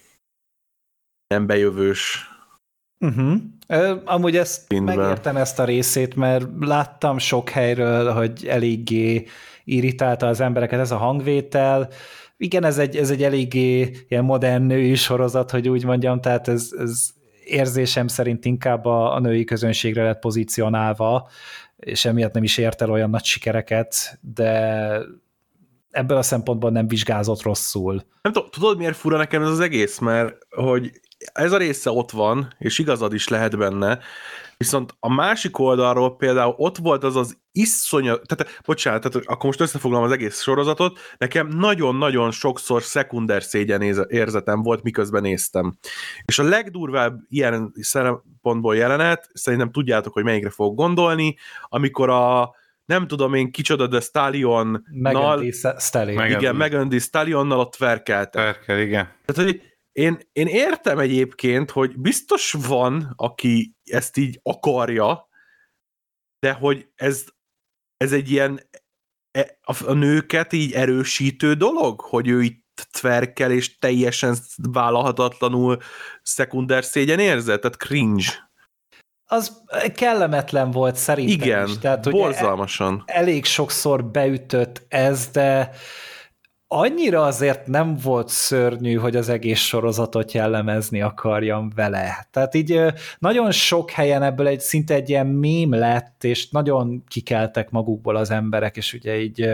nem bejövős. Uh-huh. Amúgy ezt Színben. Megértem ezt a részét, mert láttam sok helyről, hogy eléggé irritálta az embereket ez a hangvétel. Igen, ez egy, ez egy eléggé ilyen modern női sorozat, hogy úgy mondjam, tehát ez, ez érzésem szerint inkább a, a női közönségre lett pozícionálva, és emiatt nem is ért el olyan nagy sikereket, de ebből a szempontból nem vizsgázott rosszul. Nem tudom, tudod, miért fura nekem ez az egész? Mert hogy ez a része ott van, és igazad is lehet benne, viszont a másik oldalról például ott volt az az iszonyat, tehát, bocsánat, tehát akkor most összefoglalom az egész sorozatot, nekem nagyon-nagyon sokszor szekunder szégyen érzetem volt, miközben néztem. És a legdurvább ilyen szempontból jelenet, szerintem tudjátok, hogy melyikre fogok gondolni, amikor a nem tudom én kicsoda, de Stallion-nal... Megan Thee Stallion. Igen, Megan Thee Stallionnal ott verkeltek. Verkel, igen. Tehát, hogy Én, én értem egyébként, hogy biztos van, aki ezt így akarja, de hogy ez, ez egy ilyen a, a nőket így erősítő dolog, hogy ő itt tverkel és teljesen vállalhatatlanul szekunder szégyen érzet, tehát cringe. az kellemetlen volt szerintem Igen, is. Tehát, hogy borzalmasan. Elég sokszor beütött ez, de annyira azért nem volt szörnyű, hogy az egész sorozatot jellemezni akarjam vele. Tehát így nagyon sok helyen ebből egy szinte egy ilyen mém lett, és nagyon kikeltek magukból az emberek, és ugye így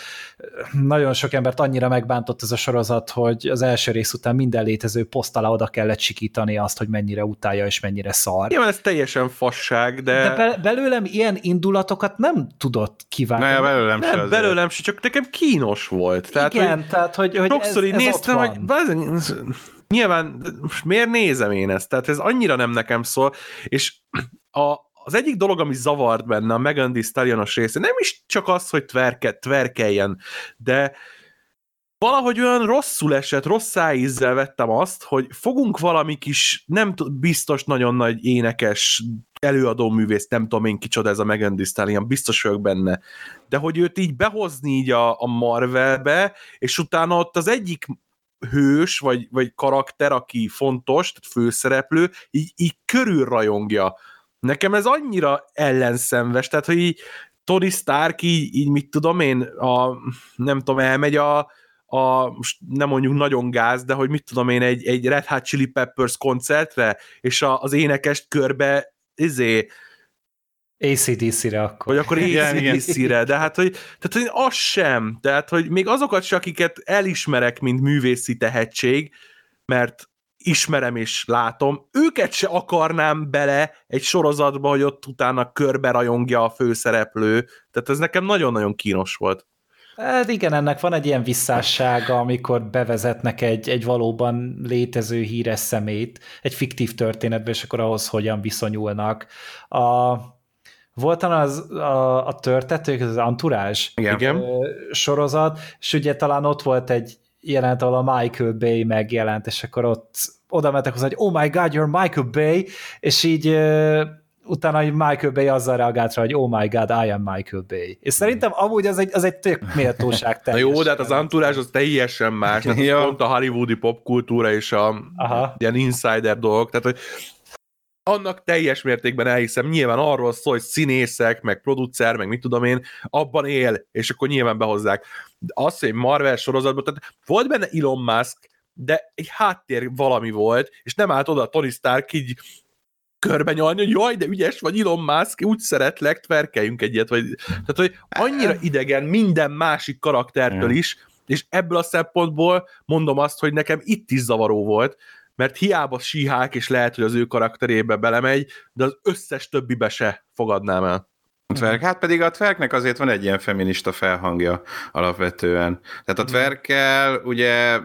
nagyon sok embert annyira megbántott ez a sorozat, hogy az első rész után minden létező poszt alá oda kellett sikítani azt, hogy mennyire utálja, és mennyire szar. Igen, ez teljesen fasság, de... De be- belőlem ilyen indulatokat nem tudott kiválni. Ne, belőlem nem, se belőlem se, csak nekem kínos volt. Tehát, igen, hogy tehát, hogy, hogy sokszor ez, így ez néztem, ott hogy van. bazen, nyilván most miért nézem én ezt? Tehát ez annyira nem nekem szól, és a, az egyik dolog, ami zavart benne a Megan Thee Stallion-os része, nem is csak az, hogy tverke, tverkeljen, de valahogy olyan rosszul esett, rossz szájízzel vettem azt, hogy fogunk valami kis, nem t- biztos nagyon nagy énekes előadó művész, nem tudom én kicsoda ez a Megan Thee Stallion, biztos vagyok benne, de hogy őt így behozni így a, a Marvelbe, és utána ott az egyik hős, vagy, vagy karakter, aki fontos, tehát főszereplő, így, így körül rajongja. Nekem ez annyira ellenszenves, tehát hogy így Tony Stark így, így mit tudom én, a, nem tudom, elmegy a a, most nem mondjuk nagyon gáz, de hogy mit tudom én, egy, egy Red Hot Chili Peppers koncertre, és a, az énekest körbe izé, á cé dé cé-re akkor. vagy akkor á cé dé cé-re, de hát, hogy, tehát, hogy az sem, tehát, hogy még azokat se, akiket elismerek, mint művészi tehetség, mert ismerem és látom, őket se akarnám bele egy sorozatba, hogy ott utána körbe rajongja a főszereplő, tehát ez nekem nagyon-nagyon kínos volt. Hát igen, ennek van egy ilyen visszássága, amikor bevezetnek egy, egy valóban létező híres szemét, egy fiktív történetbe, és akkor ahhoz hogyan viszonyulnak. A, volt talán az, a, a Törtetők, az Entourage Igen. sorozat, és ugye talán ott volt egy jelent, ahol a Michael Bay megjelent, és akkor ott oda mentek hozzá, hogy oh my god, you're Michael Bay, és így utána Michael Bay azzal reagált rá, hogy oh my god, I am Michael Bay. És szerintem amúgy az egy, az egy tök méltóság teljes. Na jó, de hát az Entourage az teljesen más, tehát ja. pont a hollywoodi popkultúra és a Aha. ilyen insider dolgok, tehát hogy annak teljes mértékben elhiszem, nyilván arról szól, hogy színészek, meg producer, meg mit tudom én, abban él, és akkor nyilván behozzák. De az, hogy Marvel sorozatban, tehát volt benne Elon Musk, de egy háttér valami volt, és nem állt oda Tony Stark így körbe nyalni, hogy jaj, de ügyes vagy Elon Musk, úgy szeretlek, tverkeljünk egyet, vagy, tehát, hogy annyira idegen minden másik karaktertől is, és ebből a szempontból mondom azt, hogy nekem itt is zavaró volt, mert hiába síhák, és lehet, hogy az ő karakterébe belemegy, de az összes többibe se fogadnám el. A tverk, hát pedig a tverknek azért van egy ilyen feminista felhangja alapvetően. Tehát a tverkkel ugye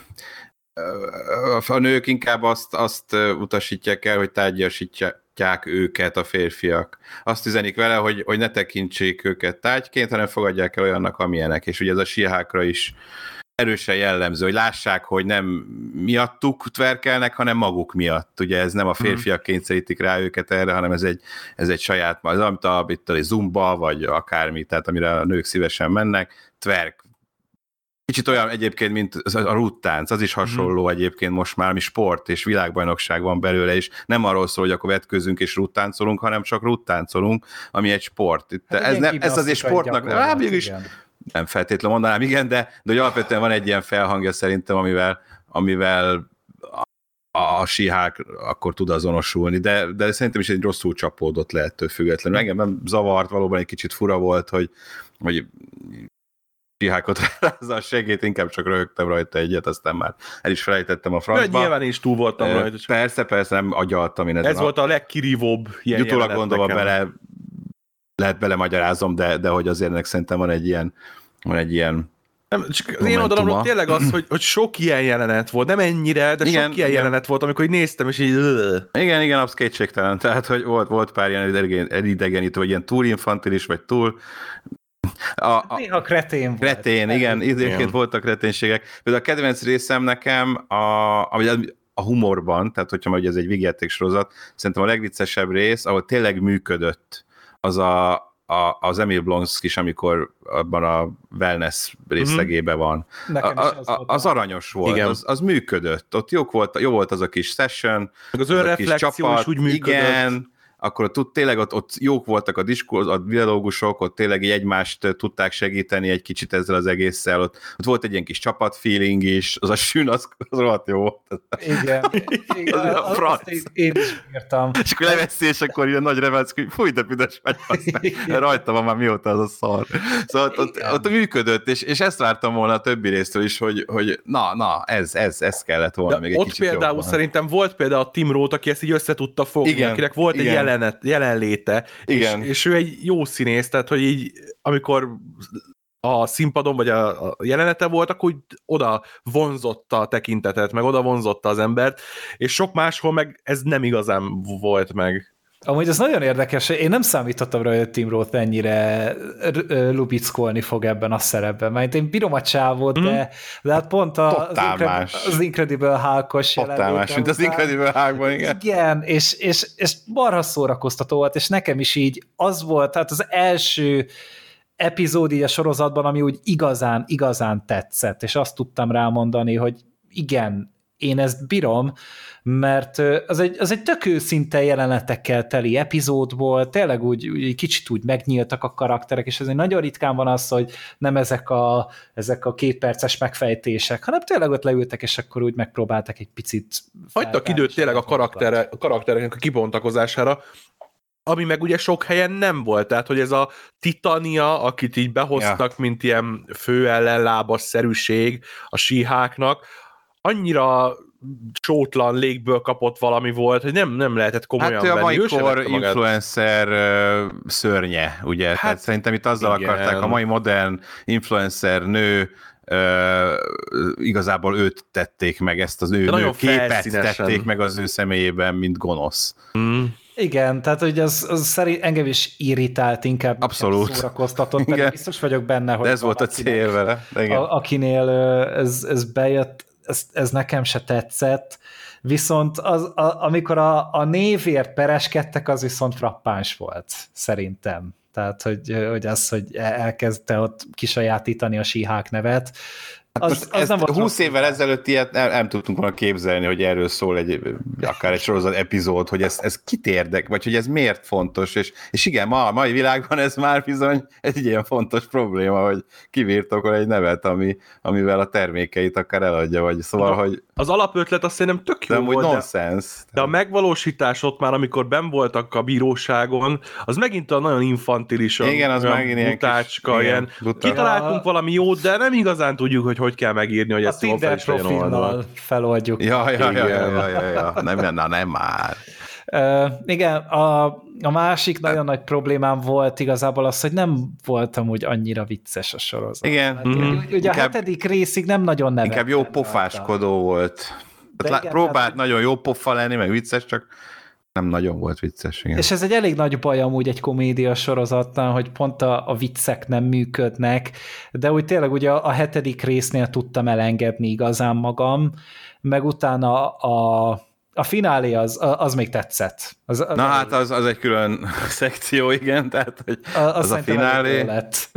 a nők inkább azt, azt utasítják el, hogy tárgyasítják őket a férfiak. Azt üzenik vele, hogy, hogy ne tekintsék őket tárgyként, hanem fogadják el olyannak, amilyenek. És ugye ez a síhákra is erősen jellemző, hogy lássák, hogy nem miattuk tverkelnek, hanem maguk miatt. Ugye ez nem a férfiak kényszerítik rá őket erre, hanem ez egy, ez egy saját, az, amit a, itt a zumba, vagy akármi, tehát amire a nők szívesen mennek, tverk. Kicsit olyan egyébként, mint a rúttánc, az is hasonló mm. egyébként most már, ami sport és világbajnokság van belőle, és nem arról szól, hogy akkor vetközünk és ruttáncolunk, hanem csak ruttáncolunk, ami egy sport. Itt hát ez, nem, ez azért sportnak, hát mégis nem feltétlenül mondanám, igen, de, de hogy alapvetően van egy ilyen felhangja szerintem, amivel, amivel a, a síhák akkor tud azonosulni, de, de szerintem is egy rosszul csapódott le ettől függetlenül. Engem nem zavart, valóban egy kicsit fura volt, hogy, hogy síhákot rázza a segét, inkább csak röhögtem rajta egyet, aztán már el is felejtettem a francba. Nyilván is túl voltam e, rajta. Persze, persze, nem agyaltam én ezen. Ez a... volt a legkirívóbb ilyen jutólag gondolva bele, lehet belemagyarázom, de, de hogy azért szerintem van egy ilyen, van egy ilyen nem, csak az én oldalomról tényleg az, hogy, hogy sok ilyen jelenet volt, nem ennyire, de igen, sok ilyen igen. jelenet volt, amikor néztem, és így... Igen, igen, absz kétségtelen, tehát, hogy volt, volt pár ilyen elidegenítő, vagy ilyen túl infantilis, vagy túl... A, a, Néha kretén volt. Kretén, igen, időnként voltak kreténségek. Például a kedvenc részem nekem a, a, a humorban, tehát hogyha majd ez egy vígjáték sorozat, szerintem a legviccesebb rész, ahol tényleg működött, az a, a, az Emil Blonsky is, amikor abban a wellness részlegében van. A, a, az, az aranyos volt, az, az működött. Ott jók volt, jó volt az a kis session, meg az önreflexió is úgy működött. Igen, akkor ott tényleg ott, ott jók voltak a diskurz, a dialógusok, ott tényleg így egymást tudták segíteni egy kicsit ezzel az egésszel, ott, ott volt egy ilyen kis csapatfeeling is, az a sűn, az, az rohadt jó volt. Igen, igen az, az, azt én, én is írtam. És akkor leveszi, és akkor ilyen nagy revelsz, hogy fúj, de büdös vagy, aztán rajta van már mióta az a szar. Szóval ott, ott, ott működött, és, és ezt vártam volna a többi résztől is, hogy, hogy na, na, ez, ez, ez kellett volna de még egy ott kicsit például jobban. Szerintem volt például a Tim Roth, aki ezt így össze tudta fogni, igen, akinek volt igen. egy jelenet, jelenléte, igen. És, és ő egy jó színész, tehát hogy így, amikor a színpadon, vagy a, a jelenete volt, akkor úgy oda vonzotta a tekintetet, meg oda vonzotta az embert, és sok máshol meg ez nem igazán volt meg. Amúgy ez nagyon érdekes, én nem számítottam rá, hogy Tim Roth ennyire lubickolni fog ebben a szerepben, mert én bírom a csávot, mm. de, de hát pont a, az, Incredible, az Incredible Hulk-os jelenlétem. Mint az Incredible Hulkban, igen. Igen, és, és, és marha szórakoztató volt, és nekem is így az volt, tehát az első epizód így a sorozatban, ami úgy igazán, igazán tetszett, és azt tudtam rámondani, hogy igen, én ezt bírom, mert az egy, az egy tök őszinte jelenetekkel teli epizód volt, tényleg úgy, úgy kicsit úgy megnyíltak a karakterek, és ezért nagyon ritkán van az, hogy nem ezek a, ezek a kétperces megfejtések, hanem tényleg ott leültek, és akkor úgy megpróbáltak egy picit... Hagytak időt tényleg a, karaktere, a karaktereknek a kibontakozására, ami meg ugye sok helyen nem volt, tehát hogy ez a Titania, akit így behoztak, ja. mint ilyen főellenlábas-szerűség a síháknak, annyira csótlan légből kapott valami volt, hogy nem, nem lehetett komolyan hát venni. Hát a mai kor influencer uh, szörnye, ugye? Hát, tehát szerintem itt azzal igen. akarták, a mai modern influencer nő uh, igazából őt tették meg, ezt az ő nő képet tették meg az ő személyében, mint gonosz. Mm. Igen, tehát hogy az, az szerint engem is irritált, inkább abszolút szórakoztatott, pedig biztos vagyok benne, hogy de ez volt a cél vele. Igen. A, akinél ez, ez bejött, ez, ez nekem se tetszett, viszont az, a, amikor a, a névért pereskedtek, az viszont frappáns volt, szerintem. Tehát, hogy, hogy az, hogy elkezdte ott kisajátítani a síhák nevet, Hát az, az nem húsz évvel ezelőtt ilyet nem, nem tudtunk volna képzelni, hogy erről szól egy, akár egy sorozat epizód, hogy ez, ez kit érdek, vagy hogy ez miért fontos, és, és igen, ma a mai világban ez már bizony egy ilyen fontos probléma, hogy kibirtokol egy nevet, ami, amivel a termékeit akár eladja, vagy szóval, de hogy... Az alapötlet azt szerintem tök jó de volt, nonsense. De, de a megvalósítás ott már, amikor benn voltak a bíróságon, az megint a nagyon infantilis, igen, az megint butácska, ilyen, kitaláltunk valami jót, de nem igazán tudjuk, hogy hogy kell megírni, hogy ezt jól fel is legyen oldal. Feloldjuk. Ja, ja, ja, ja, ja, ja, ja. Nem, na, nem már. Uh, igen, a, a másik nagyon nagy problémám volt igazából az, hogy nem voltam úgy annyira vicces a sorozat. Igen. Hát, mm-hmm. Ugye inkább, a hetedik részig nem nagyon nevettem. Inkább jó pofáskodó rajta. Volt. Tehát igen, próbált tehát... nagyon jó pofa lenni, meg vicces, csak nem nagyon volt vicces. Igen. És ez egy elég nagy baj amúgy egy komédia sorozatnál, hogy pont a, a viccek nem működnek, de úgy tényleg ugye a, a hetedik résznél tudtam elengedni igazán magam, meg utána a, a finálé az, az még tetszett. Az, az Na elég... hát az, az egy külön szekció, igen, tehát hogy a, az, az a finálé. Lett.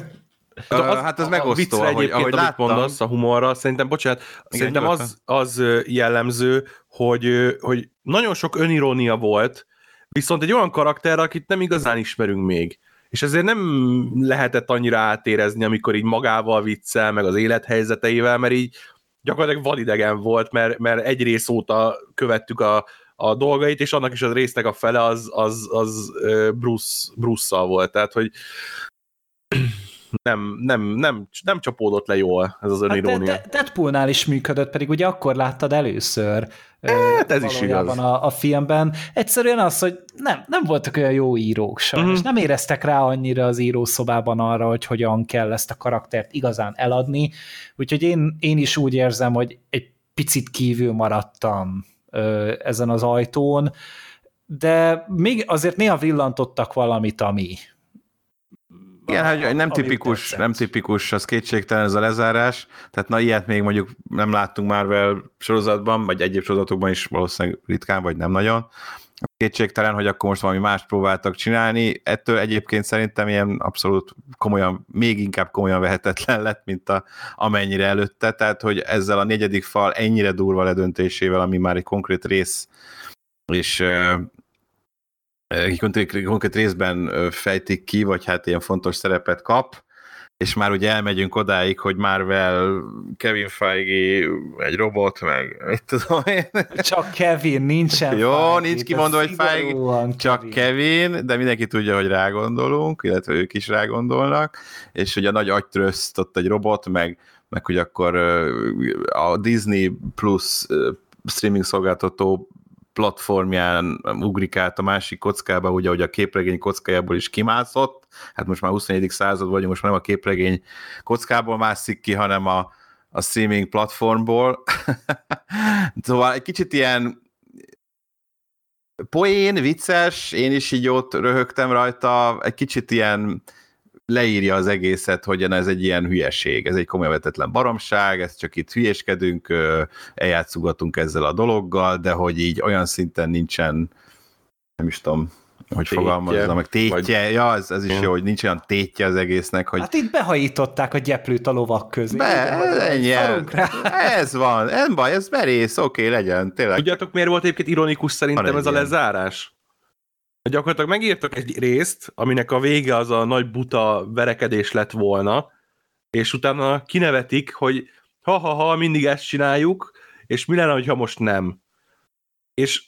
Az, hát ez a, megosztó, a ahogy, ahogy láttam. Mondasz, a humorral, szerintem, bocsánat, igen, szerintem az, az jellemző, hogy, hogy nagyon sok önirónia volt, viszont egy olyan karakter, akit nem igazán ismerünk még. És ezért nem lehetett annyira átérezni, amikor így magával viccel, meg az élethelyzeteivel, mert így gyakorlatilag vadidegen volt, mert, mert egy rész óta követtük a, a dolgait, és annak is az résznek a fele az, az, az Bruce, Bruce-szal volt. Tehát, hogy Nem, nem, nem, nem csapódott le jól ez az önirónia. Hát Deadpoolnál is működött, pedig ugye akkor láttad először hát ez is igaz. A, a filmben. Egyszerűen az, hogy nem, nem voltak olyan jó írók sajnos. Mm-hmm. Nem éreztek rá annyira az írószobában arra, hogy hogyan kell ezt a karaktert igazán eladni. Úgyhogy én, én is úgy érzem, hogy egy picit kívül maradtam ö, ezen az ajtón, de még azért néha villantottak valamit, ami igen, hogy nem tipikus, nem tipikus, az kétségtelen ez a lezárás, tehát na ilyet még mondjuk nem láttunk Marvel sorozatban, vagy egyéb sorozatokban is valószínűleg ritkán, vagy nem nagyon. Kétségtelen, hogy akkor most valami mást próbáltak csinálni, ettől egyébként szerintem ilyen abszolút komolyan, még inkább komolyan vehetetlen lett, mint a, amennyire előtte, tehát hogy ezzel a negyedik fal ennyire durva ledöntésével, ami már egy konkrét rész, és konkrét, konkrét részben fejtik ki, vagy hát ilyen fontos szerepet kap, és már ugye elmegyünk odáig, hogy Marvel, Kevin Feige, egy robot, meg mit tudom én. Csak Kevin, nincsen Jó, Feige, nincs kimondva, hogy Feige, csak Kevin. Kevin, de mindenki tudja, hogy rágondolunk, illetve ők is rágondolnak, és ugye a nagy agytröszt ott egy robot, meg, meg hogy akkor a Disney Plus streaming szolgáltató platformján ugrik át a másik kockába, ugye, hogy a képregény kockájából is kimászott, hát most már huszonegyedik század vagyunk, most már nem a képregény kockából mászik ki, hanem a, a streaming platformból. Szóval egy kicsit ilyen poén, vicces, én is így ott röhögtem rajta, egy kicsit ilyen leírja az egészet, hogy ez egy ilyen hülyeség, ez egy komolyan vetetlen baromság, ezt csak itt hülyeskedünk, eljátszogatunk ezzel a dologgal, de hogy így olyan szinten nincsen, nem is tudom, hogy fogalmazzam, meg tétje, vagy... ja, ez, ez is ja. Jó, hogy nincs olyan tétje az egésznek, hogy... Hát itt behajították a gyeplőt a lovak közé. Be, ennyi, ez van, nem baj, ez merész, oké, okay, legyen, tényleg. Tudjátok, miért volt egyébként ironikus szerintem ez a lezárás? Gyakorlatilag megírtak egy részt, aminek a vége az a nagy buta verekedés lett volna, és utána kinevetik, hogy ha-ha-ha, mindig ezt csináljuk, és mi lenne, ha most nem. És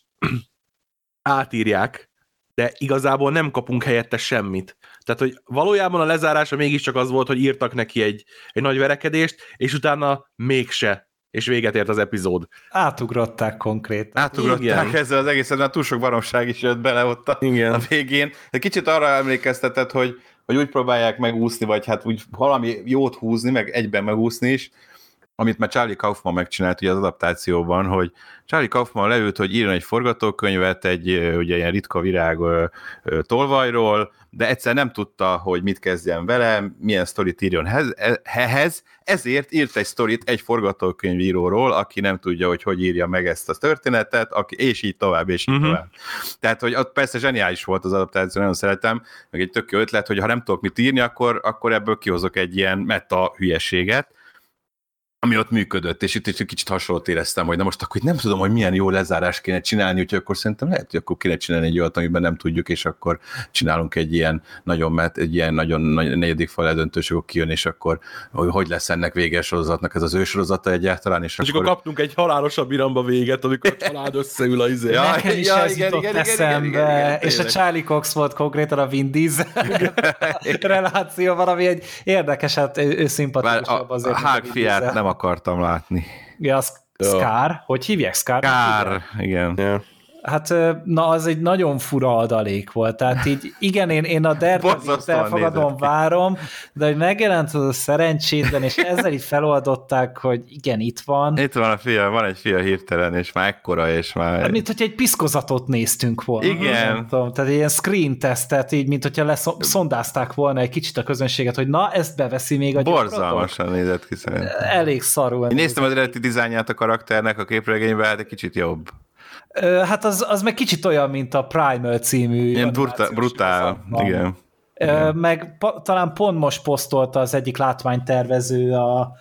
átírják, de igazából nem kapunk helyette semmit. Tehát, hogy valójában a lezárása mégiscsak az volt, hogy írtak neki egy, egy nagy verekedést, és utána mégse. És véget ért az epizód. Átugrották konkrétan. Átugrották igen. Ezzel az egészet, mert túl sok baromság is jött bele ott a, a végén. De kicsit arra emlékeztetett, hogy, hogy úgy próbálják megúszni, vagy hát úgy valami jót húzni, meg egyben megúszni is, amit már Charlie Kaufman megcsinált ugye az adaptációban, hogy Charlie Kaufman leült, hogy írjon egy forgatókönyvet egy ugye ilyen ritka virág tolvajról, de egyszer nem tudta, hogy mit kezdjen vele, milyen sztorit írjon ehhez, ezért írt egy sztorit egy forgatókönyvíróról, aki nem tudja, hogy hogy írja meg ezt a történetet, aki, és így tovább, és így uh-huh. tovább. Tehát, hogy ott persze zseniális volt az adaptáció, nagyon szeretem, meg egy tök jó ötlet, hogy ha nem tudok mit írni, akkor, akkor ebből kihozok egy ilyen meta hülyeséget, ami ott működött, és itt egy kicsit hasonlót éreztem, hogy na most akkor nem tudom, hogy milyen jó lezárást kéne csinálni, úgyhogy akkor szerintem lehet, hogy akkor kéne csinálni egy olyat, amiben nem tudjuk, és akkor csinálunk egy ilyen nagyon, met, egy ilyen nagyon negyedik fal eldöntős, akkor kijön, és akkor hogy, hogy lesz ennek vége sorozatnak, ez az ő sorozata egyáltalán, és, és akkor... akkor kaptunk egy halálosabb iramba véget, amikor a család összeül a izé. Ja, nekem is ja, ez igen, jutott igen, eszembe, igen, igen, igen, és a Charlie Cox volt konkrétan a Vin Diesel reláció, valami egy érdekes, hát ő, ő szimpatikusabb azért. A Hulk fiát nem akartam látni. Ja, a Scar, hogy hívják? Scar? Scar, igen. Yeah. Hát, na, az egy nagyon fura adalék volt, tehát így igen, én, én a Daredevil-t elfogadom, várom, de hogy megjelent az a szerencsétlen, és ezzel így feloldották, hogy igen, itt van. Itt van a fia, van egy fia hirtelen, és már ekkora, és már... Hát, mint hogy egy piszkozatot néztünk volna. Igen. Nem tudom, tehát egy ilyen screen tesztet, így, mint hogyha leszondázták volna egy kicsit a közönséget, hogy na, ezt beveszi még a gyakorlatok. Borzalmasan nézett ki szerintem. Elég szarul. Én néztem az eredeti dizájnját a karakternek a képregényben, hát egy kicsit jobb. Hát az, az meg kicsit olyan, mint a Primal című... Ilyen brutál, brutál igen. igen. Meg pa, talán pont most posztolta az egyik látványtervező a,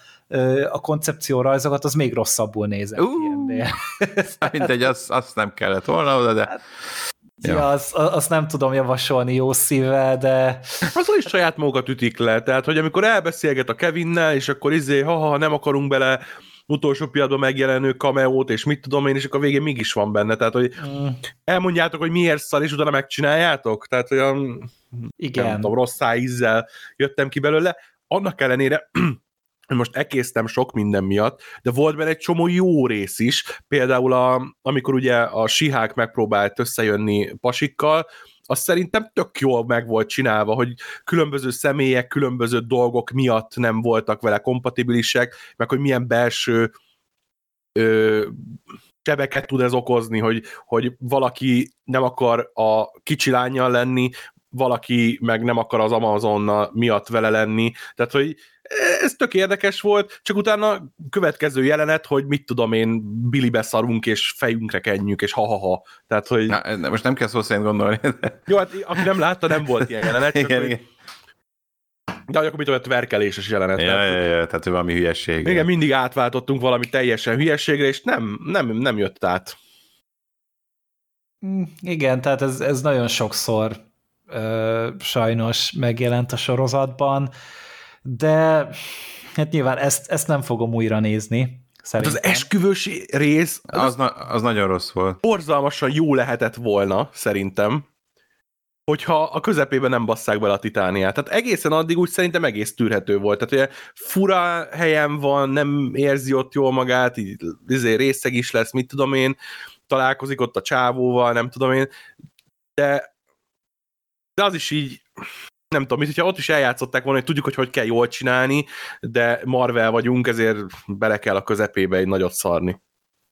a koncepciórajzokat, az még rosszabbul nézett uh, ki. Mindegy, azt, azt nem kellett volna oda, de... Hát, ja, ja azt, azt nem tudom javasolni jó szívvel, de... Azon is saját magukat ütik le, tehát, hogy amikor elbeszélget a Kevinnel, és akkor izé, ha nem akarunk bele utolsó pillanatban megjelenő cameót, és mit tudom én, és akkor a végén mégis van benne, tehát, hogy mm. elmondjátok, hogy miért szar, és utána megcsináljátok, tehát olyan igen. nem tudom, rossz szájízzel jöttem ki belőle, annak ellenére most ekésztem sok minden miatt, de volt benne egy csomó jó rész is, például a, amikor ugye a She-Hulk megpróbált összejönni pasikkal, az szerintem tök jól meg volt csinálva, hogy különböző személyek, különböző dolgok miatt nem voltak vele kompatibilisek, meg hogy milyen belső ö, sebeket tud ez okozni, hogy, hogy valaki nem akar a kicsi lánnyal lenni, valaki meg nem akar az Amazon miatt vele lenni, tehát hogy ez tök érdekes volt, csak utána következő jelenet, hogy mit tudom én, Billybe szarunk, és fejünkre kenjük, és ha-ha-ha. Tehát, hogy... Na, most nem kell szó szerint gondolni. De... Jó, hát aki nem látta, nem volt ilyen jelenet. Csak igen, hogy... igen. De akkor mit olyan tverkeléses jelenet. Ja, tehát, ja, ja, tehát valami hülyesség. Igen, mindig átváltottunk valami teljesen hülyeségre, és nem, nem, nem jött át. Igen, tehát ez, ez nagyon sokszor ö, sajnos megjelent a sorozatban, de hát nyilván ezt, ezt nem fogom újra nézni. Szerintem. Hát az esküvős rész Az, az, na, az nagyon rossz volt. borzalmasan jó lehetett volna, szerintem, hogyha a közepében nem basszák bele a Titániát. Tehát egészen addig úgy szerintem egész tűrhető volt. Tehát ugye fura helyen van, nem érzi ott jól magát, így izé, részeg is lesz, mit tudom én, találkozik ott a csávóval, nem tudom én, de, de az is így, nem tudom, mint hogyha ott is eljátszották volna, hogy tudjuk, hogy hogy kell jól csinálni, de Marvel vagyunk, ezért bele kell a közepébe egy nagyot szarni.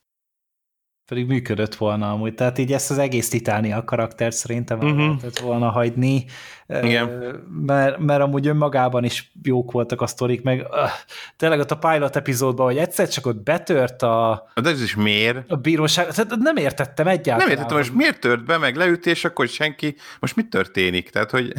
Pedig működött volna amúgy. Tehát így ezt az egész Titánia karaktert szerintem el Mhm. lehetett volna hagyni. Igen. Mert, mert amúgy önmagában is jók voltak a sztorik, meg uh, tényleg ott a pilot epizódban, hogy egyszer csak ott betört a, De ez is miért? a bíróság. Tehát nem értettem egyáltalán. Nem értettem, most miért tört be, meg leütés, akkor senki, most mit történik? Tehát, hogy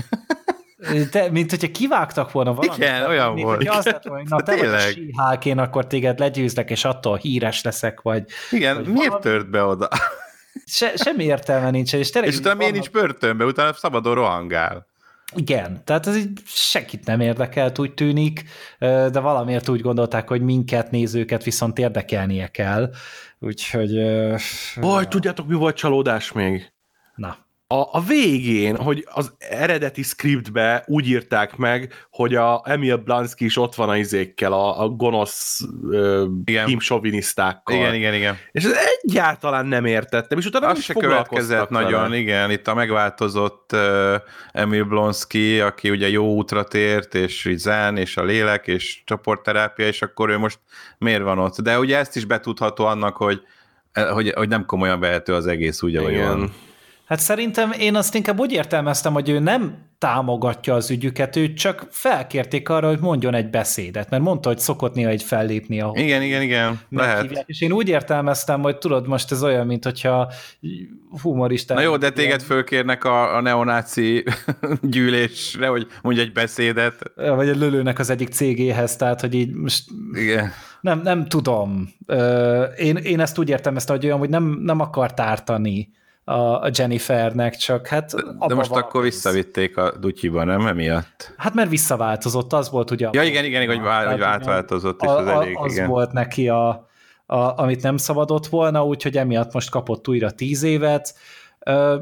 De, mint hogyha kivágtak volna valamit. Igen, tehát, olyan mint, volt. hogyha azt lett volna, hogy na te vagy a Tényleg. She-Hulk, én akkor téged legyőzlek, és attól híres leszek, vagy igen, vagy miért valami- tört be oda? se, semmi értelme nincsen. És, tényleg És utána miért vannak- nincs börtönbe, utána szabadon rohangál. Igen, tehát ez így senkit nem érdekelt, úgy tűnik, de valamiért úgy gondolták, hogy minket, nézőket viszont érdekelnie kell. Úgyhogy... Vagy tudjátok, mi volt csalódás még? Na. A, a végén, hogy az eredeti scriptbe úgy írták meg, hogy a Emil Blonsky is ott van a izékkel, a, a gonosz Igen. hímsovinisztákkal. Igen, igen, igen. És ez egyáltalán nem értettem, és utána nem Az is se foglalkoztak következett vele. nagyon, igen, itt a megváltozott uh, Emil Blonsky, aki ugye jó útra tért, és így zen, és a lélek, és csoportterápia, és akkor ő most miért van ott? De ugye ezt is betudható annak, hogy, hogy, hogy nem komolyan vehető az egész, úgy, ahogy Igen. van. Hát szerintem én azt inkább úgy értelmeztem, hogy ő nem támogatja az ügyüket, ő csak felkérték arra, hogy mondjon egy beszédet, mert mondta, hogy szokott néha egy fellépni, ahol Igen, igen, igen, lehet. meghívják. És én úgy értelmeztem, hogy tudod, most ez olyan, mint hogyha humorista... Na jó, de téged fölkérnek a, a neonáci gyűlésre, hogy mondj egy beszédet. Vagy a lölőnek az egyik cégéhez, tehát, hogy így most Igen. nem, nem tudom. Ö, Én, én ezt úgy értelmeztem, hogy olyan, hogy nem, nem akart ártani a a Jennifernek, csak hát... De abba most van akkor pénz. visszavitték a dutyiba, nem emiatt? Hát mert visszaváltozott, az volt ugye... Ja, igen, igen, hogy, vál, hogy Tehát átváltozott, és a- az a- elég, az igen. volt neki a, a, amit nem szabadott volna, úgyhogy emiatt most kapott újra tíz évet. Ö,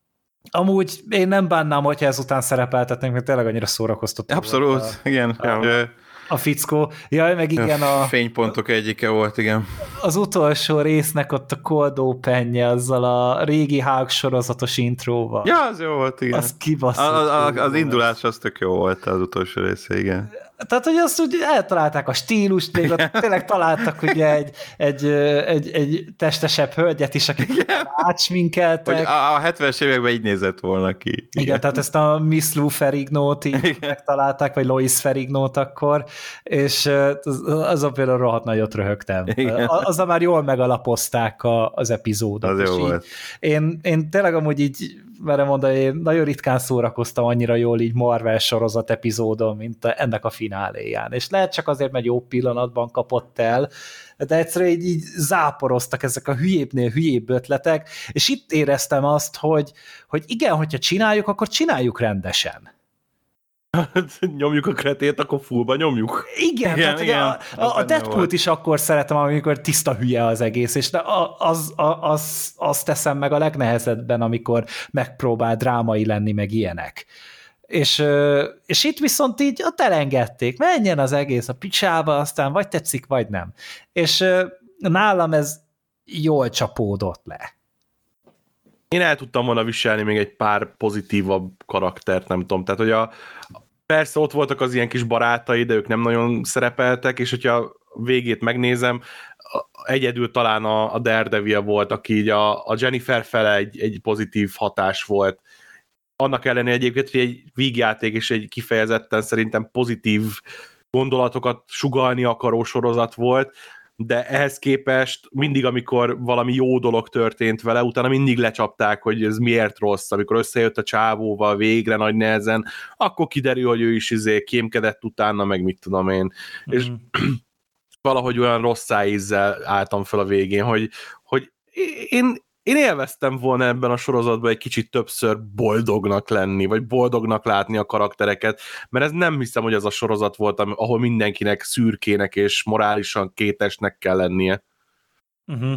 amúgy én nem bánnám, hogyha ezután szerepeltetnénk, mert tényleg annyira szórakoztató Abszolút, volt igen. a, Ö, a fickó. Jaj, meg igen, a, Fénypontok egyike volt, igen. az utolsó résznek ott a cold openje azzal a régi Hulk sorozatos intróval. Ja, az jó volt, igen. Az kibaszott. A, a, jó az volt. indulás az tök jó volt az utolsó része, igen. Tehát, hogy azt úgy eltalálták a stílust, még ott tényleg találtak ugye egy, egy, egy, egy testesebb hölgyet is, akik Hogy átsminkeltek. a, a hetvenes években így nézett volna ki. Igen, Igen, tehát ezt a Miss Lou Ferrignót így Igen. megtalálták, vagy Lois Ferrignót akkor, és az- azon például rohadt nagyot röhögtem. Igen. Azzal már jól megalapozták a, az epizódot. Az és jó így volt. Én, én tényleg amúgy így, merem mondani, én nagyon ritkán szórakoztam annyira jól így Marvel sorozat epizódon, mint a, ennek a fináléján. És lehet csak azért, mert jó pillanatban kapott el, de egyszerűen így, így záporoztak ezek a hülyébbnél hülyébb ötletek, és itt éreztem azt, hogy, hogy igen, hogyha csináljuk, akkor csináljuk rendesen. Nyomjuk a kretét, akkor fullba nyomjuk. Igen, Igen, tehát, igen, a, az a, a benne Deadpool-t volt. is akkor szeretem, amikor tiszta hülye az egész, és a- az, a- az, azt teszem meg a legnehezebben, amikor megpróbál drámai lenni, meg ilyenek. És, ö, és itt viszont így ott elengedték, menjen az egész a picsába, aztán vagy tetszik, vagy nem. És ö, nálam ez jól csapódott le. Én el tudtam volna viselni még egy pár pozitívabb karaktert, nem tudom. Tehát, hogy a, persze ott voltak az ilyen kis barátai, de ők nem nagyon szerepeltek, és hogyha a végét megnézem, a- egyedül talán a, a Daredevil volt, aki így a, a Jennifer fele egy, egy pozitív hatás volt. Annak ellenére egyébként, hogy egy vígjáték és egy kifejezetten szerintem pozitív gondolatokat sugallni akaró sorozat volt, de ehhez képest mindig, amikor valami jó dolog történt vele, utána mindig lecsapták, hogy ez miért rossz. Amikor összejött a csávóval végre nagy nehezen, akkor kiderül, hogy ő is izé kémkedett utána, meg mit tudom én. Mm. És valahogy olyan rossz ízzel álltam fel a végén, hogy, hogy én én élveztem volna ebben a sorozatban egy kicsit többször boldognak lenni, vagy boldognak látni a karaktereket, mert ez nem hiszem, hogy az a sorozat volt, ahol mindenkinek szürkének és morálisan kétesnek kell lennie. Uh-huh.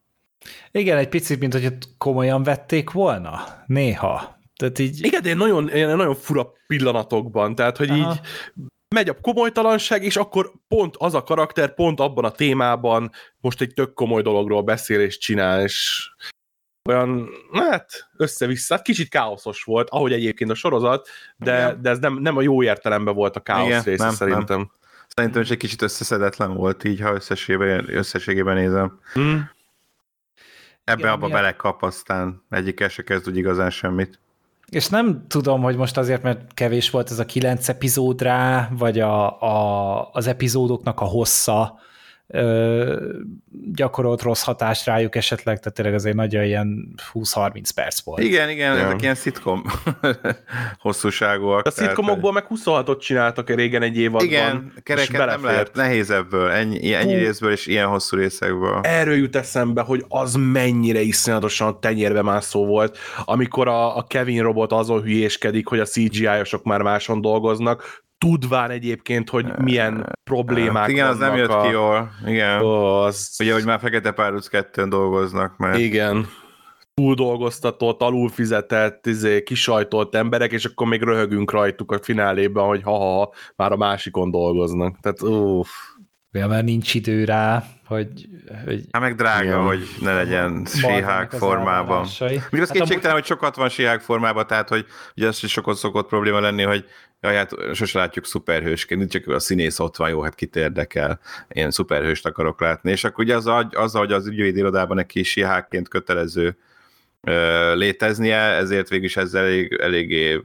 Igen, egy picit, mint hogy komolyan vették volna, néha. Tehát így... Igen, de én nagyon, én nagyon fura pillanatokban, tehát, hogy Aha. így megy a komolytalanság, és akkor pont az a karakter, pont abban a témában most egy tök komoly dologról beszél és csinál, és olyan, hát össze-vissza, kicsit káoszos volt, ahogy egyébként a sorozat, de, de ez nem, nem a jó értelemben volt a káosz Igen, része nem, szerintem. Nem. Szerintem is egy kicsit összeszedetlen volt így, ha összességében, összességében nézem. Hmm. Ebbe abba belekap, aztán egyikkel se kezd úgy igazán semmit. És nem tudom, hogy most azért, mert kevés volt ez a kilenc epizód rá, vagy a, a, az epizódoknak a hossza ö, gyakorolt rossz hatás rájuk esetleg, tehát tényleg azért nagyon ilyen húsz-harminc perc volt. Igen, igen, ja. Ezek ilyen szitkom hosszúságúak. A szitkomokból meg huszonhatot csináltak régen egy évadban. Igen, kereket nem lehet, nehéz ebből, ennyi, ennyi részből és ilyen hosszú részekből. Erről jut eszembe, hogy az mennyire iszonyatosan tenyérbe mászó volt, amikor a, a Kevin robot azon hülyéskedik, hogy a cé gé í-osok már máson dolgoznak, tudván egyébként, hogy milyen problémák hát igen, vannak. Igen, az nem jött a... ki jól. Igen. Oh, az... Ugye, hogy már Fekete Párduc kettőn dolgoznak. Mert... Igen. Túldolgoztatott, alulfizetett, izé, kisajtolt emberek, és akkor még röhögünk rajtuk a fináléban, hogy ha-ha, már a másikon dolgoznak. Tehát, uff. Ja, mert nincs idő rá, hogy... hogy hát meg drága, igen. Hogy ne legyen síhák formában. Még az hát kétségtelen, a... hogy sokat van síhák formában, tehát, hogy ugye ez is sokat szokott probléma lenni, hogy jaj, hát sose látjuk szuperhősként, nincs csak a színész ott van, jó, hát kit érdekel, én szuperhőst akarok látni. És akkor ugye az, az hogy az ügyvédi irodában neki síhákként kötelező ö, léteznie, ezért végül is ezzel elég, eléggé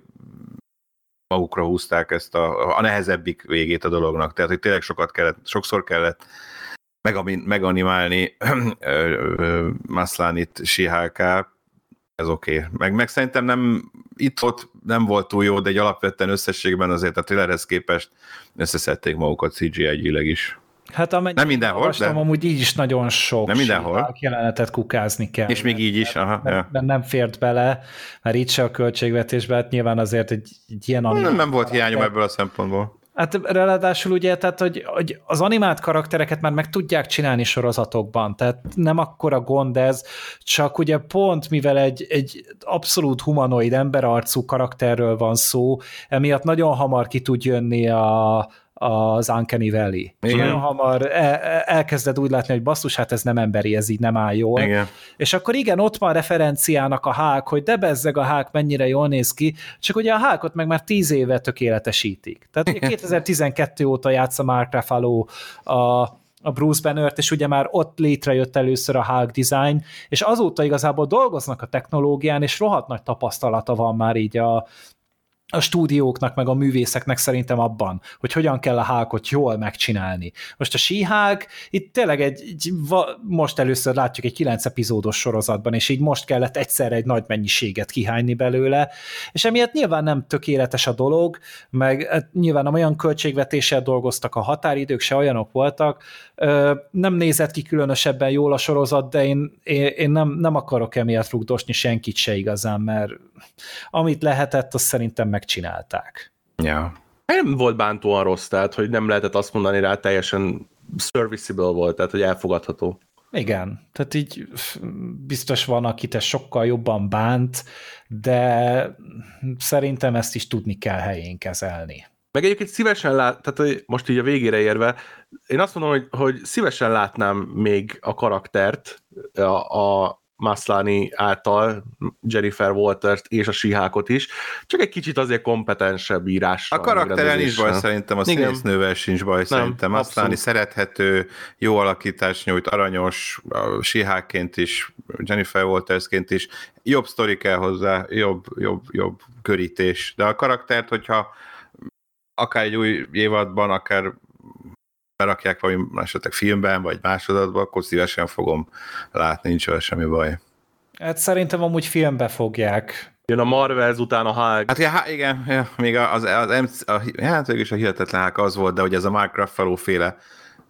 magukra húzták ezt a, a nehezebbik végét a dolognak. Tehát, hogy tényleg sokat kellett, sokszor kellett meganimálni Maslanyit síháká, ez oké. Okay. Meg, meg szerintem nem, itt-ott nem volt túl jó, de egy alapvetően összességben azért a thrillerhez képest összeszedték magukat cé gé í-ileg is. Hát nem mindenhol, de... amúgy így is nagyon sok nem mindenhol. jelenetet kukázni kell. És még így is, aha. Nem, ja. nem fért bele, mert itt se a költségvetésben, hát nyilván azért egy, egy ilyen animált... Nem, nem volt hiányom ebből a szempontból. Hát ráadásul ugye, tehát, hogy, hogy az animált karaktereket már meg tudják csinálni sorozatokban, tehát nem akkora gond ez, csak ugye pont, mivel egy, egy abszolút humanoid emberarcú karakterről van szó, emiatt nagyon hamar ki tud jönni a az Uncanny Valley. És nagyon hamar el, elkezded úgy látni, hogy basszus, hát ez nem emberi, ez így nem áll jól. Igen. És akkor igen, ott van referenciának a Hulk, hogy de bezzeg a Hulk mennyire jól néz ki, csak ugye a Hulkot meg már tíz éve tökéletesítik. Tehát kétezer-tizenkettő óta játsza Mark Ruffalo a a Bruce Bannert, és ugye már ott létrejött először a Hulk design, és azóta igazából dolgoznak a technológián, és rohadt nagy tapasztalata van már így a a stúdióknak, meg a művészeknek szerintem abban, hogy hogyan kell a Hulkot jól megcsinálni. Most a She-Hulk itt tényleg egy, egy, most először látjuk egy kilenc epizódos sorozatban, és így most kellett egyszerre egy nagy mennyiséget kihányni belőle, és emiatt nyilván nem tökéletes a dolog, meg hát nyilván olyan költségvetéssel dolgoztak, a határidők se olyanok voltak, nem nézett ki különösebben jól a sorozat, de én, én nem, nem akarok emiatt rugdosni senkit se igazán, mert amit lehetett, azt szerintem megcsinálták. Ja. Nem volt bántóan rossz, tehát, hogy nem lehetett azt mondani rá, teljesen serviceable volt, tehát, hogy elfogadható. Igen, tehát így biztos van, akit ez sokkal jobban bánt, de szerintem ezt is tudni kell helyén kezelni. Meg egyébként szívesen lát, tehát hogy most így a végére érve, én azt mondom, hogy, hogy szívesen látnám még a karaktert, a, a Maslany által, Jennifer Walters és a She-Hulkot is, csak egy kicsit azért kompetensebb írással. A karakteren is baj szerintem, a színésznővel sincs baj nem, szerintem. Maslany szerethető, jó alakítást nyújt, aranyos, a She-Hulkként is, Jennifer Waltersként is, jobb sztori kell hozzá, jobb, jobb, jobb körítés. De a karaktert, hogyha akár egy új évadban, akár berakják valami esetleg filmben, vagy másodatban, akkor szívesen fogom látni, nincs vele semmi baj. Hát szerintem amúgy filmbe fogják. Jön a Marvels után a Hulk. Hát ja, igen, ja, még az, az, az a, hát végülis a hihetetlen Hulk az volt, de hogy ez a Mark Ruffalo féle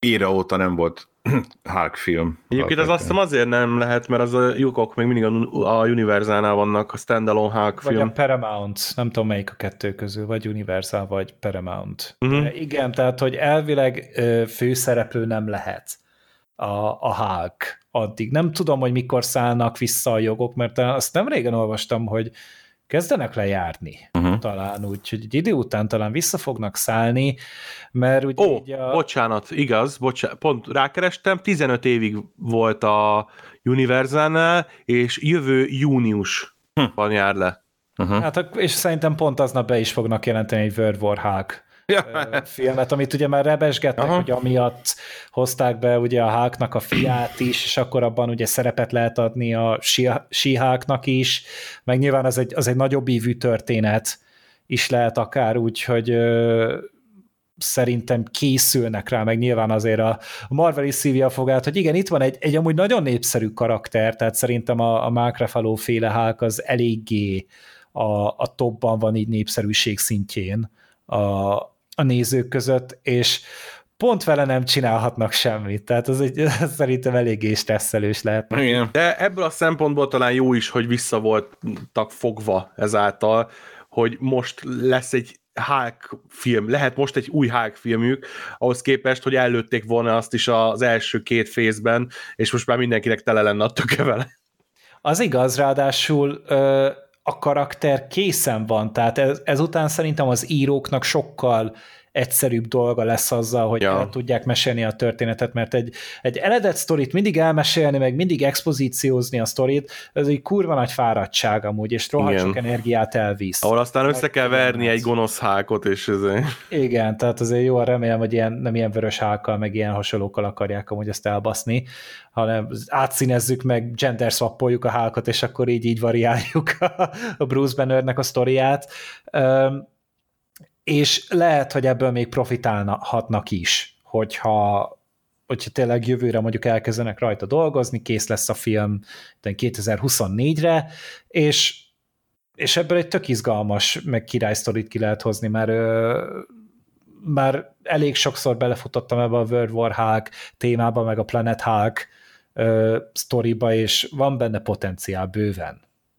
Éra óta nem volt Hulk film. Egyébként az azt hiszem azért nem lehet, mert az a lyukok még mindig a, a Universal-nál vannak, a standalone Hulk vagy film. a Paramount, nem tudom melyik a kettő közül, vagy Universal, vagy Paramount. Uh-huh. Igen, tehát, hogy elvileg főszereplő nem lehet a, a Hulk addig. Nem tudom, hogy mikor szállnak vissza a jogok, mert azt nem régen olvastam, hogy kezdenek lejárni, uh-huh. talán úgy, hogy egy idő után talán vissza fognak szállni, mert ugye Ó, a... bocsánat, igaz, bocsánat, pont rákerestem, tizenöt évig volt a Universalnál, és jövő júniusban hm. jár le. Uh-huh. Hát, és szerintem pont aznap be is fognak jelenteni egy World War Hulk ja. filmet, amit ugye már rebesgettek, uh-huh. hogy amiatt hozták be ugye a Hulknak a fiát is, és akkor abban ugye szerepet lehet adni a She-Hulknak is, meg nyilván az egy, az egy nagyobb ívű történet is lehet akár úgy, hogy ö, szerintem készülnek rá, meg nyilván azért a Marvel is szívja a fogát, hogy igen, itt van egy, egy amúgy nagyon népszerű karakter, tehát szerintem a, a Mark Ruffalo féle Hulk az eléggé a, a topban van így népszerűség szintjén a, a nézők között, és pont vele nem csinálhatnak semmit, tehát az egy, szerintem eléggé stresszelős lehet. Igen. De ebből a szempontból talán jó is, hogy vissza voltak fogva ezáltal, hogy most lesz egy Hulk film, lehet most egy új Hulk filmjük, ahhoz képest, hogy előtték volna azt is az első két fészben, és most már mindenkinek tele lenne a töke vele. Az igaz, ráadásul ö, a karakter készen van, tehát ez, ezután szerintem az íróknak sokkal egyszerűbb dolga lesz azzal, hogy ja. el tudják mesélni a történetet, mert egy, egy eredet sztorit mindig elmesélni, meg mindig expozíciózni a sztorit, ez egy kurva nagy fáradtság amúgy, és rohadt sok energiát elvisz. Ahol aztán össze kell verni egy gonosz Hulkot, és ez... Igen, tehát azért jó, remélem, hogy ilyen, nem ilyen vörös Hulkkal, meg ilyen hasonlókkal akarják amúgy ezt elbaszni, hanem átszínezzük meg, gender swappoljuk a Hulkot, és akkor így így variáljuk a, a Bruce Bannernek a sztoriát. Um, és lehet, hogy ebből még profitálhatnak is, hogyha, hogyha tényleg jövőre mondjuk elkezdenek rajta dolgozni, kész lesz a film kétezer-huszonnégyre, és, és ebből egy tök izgalmas, meg királysztorit ki lehet hozni, mert ö, már elég sokszor belefutottam ebbe a World War Hulk témába, meg a Planet Hulk ö, sztoriba, és van benne potenciál bőven.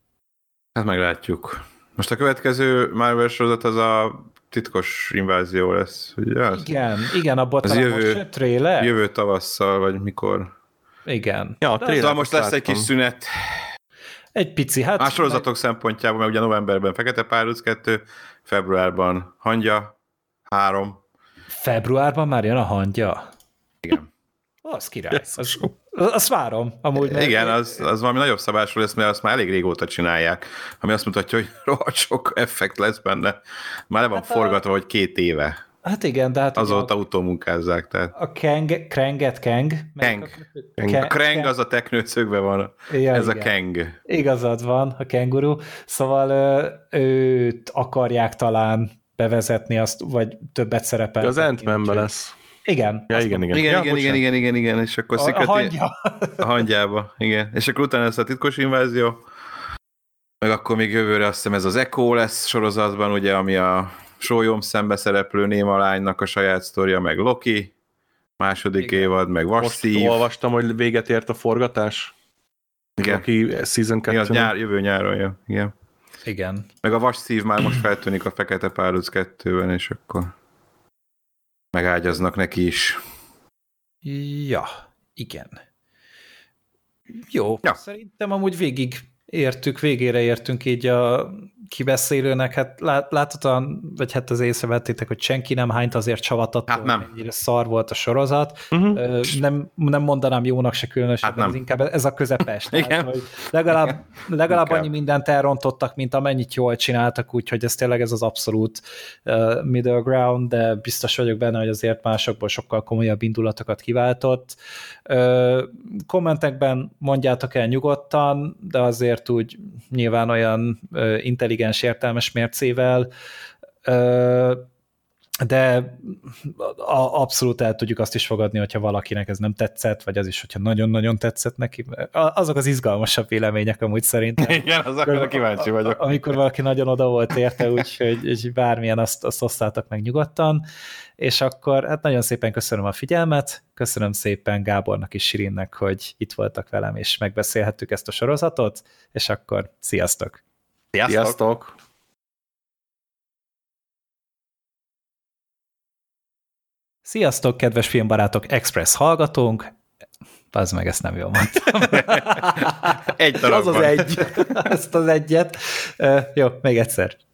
Hát meglátjuk. Most a következő Marvel sorozat az a titkos invázió lesz, ugye? Igen, igen, abban talán jövő, most trailer. Jövő tavasszal, vagy mikor. Igen. Ja, de most lesz egy kis szünet. Egy pici, hát... Más sorozatok meg... szempontjából, mert ugye novemberben Fekete Párduc kettő, februárban Hangya három. Februárban már jön a Hangya? Igen. Az király. Az, azt várom. Amúgy igen, az, az valami nagyobb szabásról lesz, mert azt már elég régóta csinálják, ami azt mutatja, hogy rohadt sok effekt lesz benne. Már le van hát forgatva, a... hogy két éve. Hát igen, de hát... Azóta a... utómunkázzák, tehát... A Kang, Krenget, Kang? Kang. A, a Krang az a teknőcögben van. Ja, ez igen. A Kang. Igazad van, a kenguru. Szóval ő, őt akarják talán bevezetni, azt, vagy többet szerepel. Az Ant-Man-ben lesz. Igen. Ja, igen, igen. Igen, ja, igen, igen, igen, igen, igen, és akkor a, a hangya. A hangyába, igen. És akkor utána lesz a titkos invázió, meg akkor még jövőre azt hiszem ez az Echo lesz sorozatban, ugye, ami a sólyom szembe szereplő néma lánynak a saját sztoria, meg Loki, második igen. évad, meg Vasszív. Most olvastam, hogy véget ért a forgatás. Igen. Loki season kettő. Igen, nyár, jövő nyáron jön, igen. Igen. Meg a Vasszív már most feltűnik a Fekete Párduc kettőben, és akkor megágyaznak neki is. Ja, igen. Jó, ja. Szerintem amúgy végig értük, végére értünk így a kibeszélőnek, hát lát, láthatóan, vagy hát az észrevettétek, hogy senki nem hányt azért csavat attól, hát nem. mennyire szar volt a sorozat. Uh-huh. Nem, nem mondanám jónak se különösen, hát ez inkább ez a közepes. Tehát, hogy legalább, legalább annyi mindent elrontottak, mint amennyit jól csináltak, úgyhogy ez tényleg ez az abszolút uh, middle ground, de biztos vagyok benne, hogy azért másokból sokkal komolyabb indulatokat kiváltott. Uh, kommentekben mondjátok el nyugodtan, de azért úgy nyilván olyan uh, intelligens, értelmes mércével. Uh, de a, abszolút el tudjuk azt is fogadni, hogyha valakinek ez nem tetszett, vagy az is, hogyha nagyon-nagyon tetszett neki. Azok az izgalmasabb vélemények amúgy szerintem. Igen, azokra kíváncsi vagyok. Amikor valaki nagyon oda volt érte, úgyhogy úgy, bármilyen azt, azt osztátok meg nyugodtan. És akkor hát nagyon szépen köszönöm a figyelmet, köszönöm szépen Gábornak és Sirinnek, hogy itt voltak velem, és megbeszélhettük ezt a sorozatot, és akkor sziasztok! Sziasztok! Sziasztok. Sziasztok, kedves filmbarátok, Express hallgatónk. Bazd meg, ezt nem jól mondtam. Egy darabban. Az az egy. Ezt az egyet. Uh, jó, még egyszer.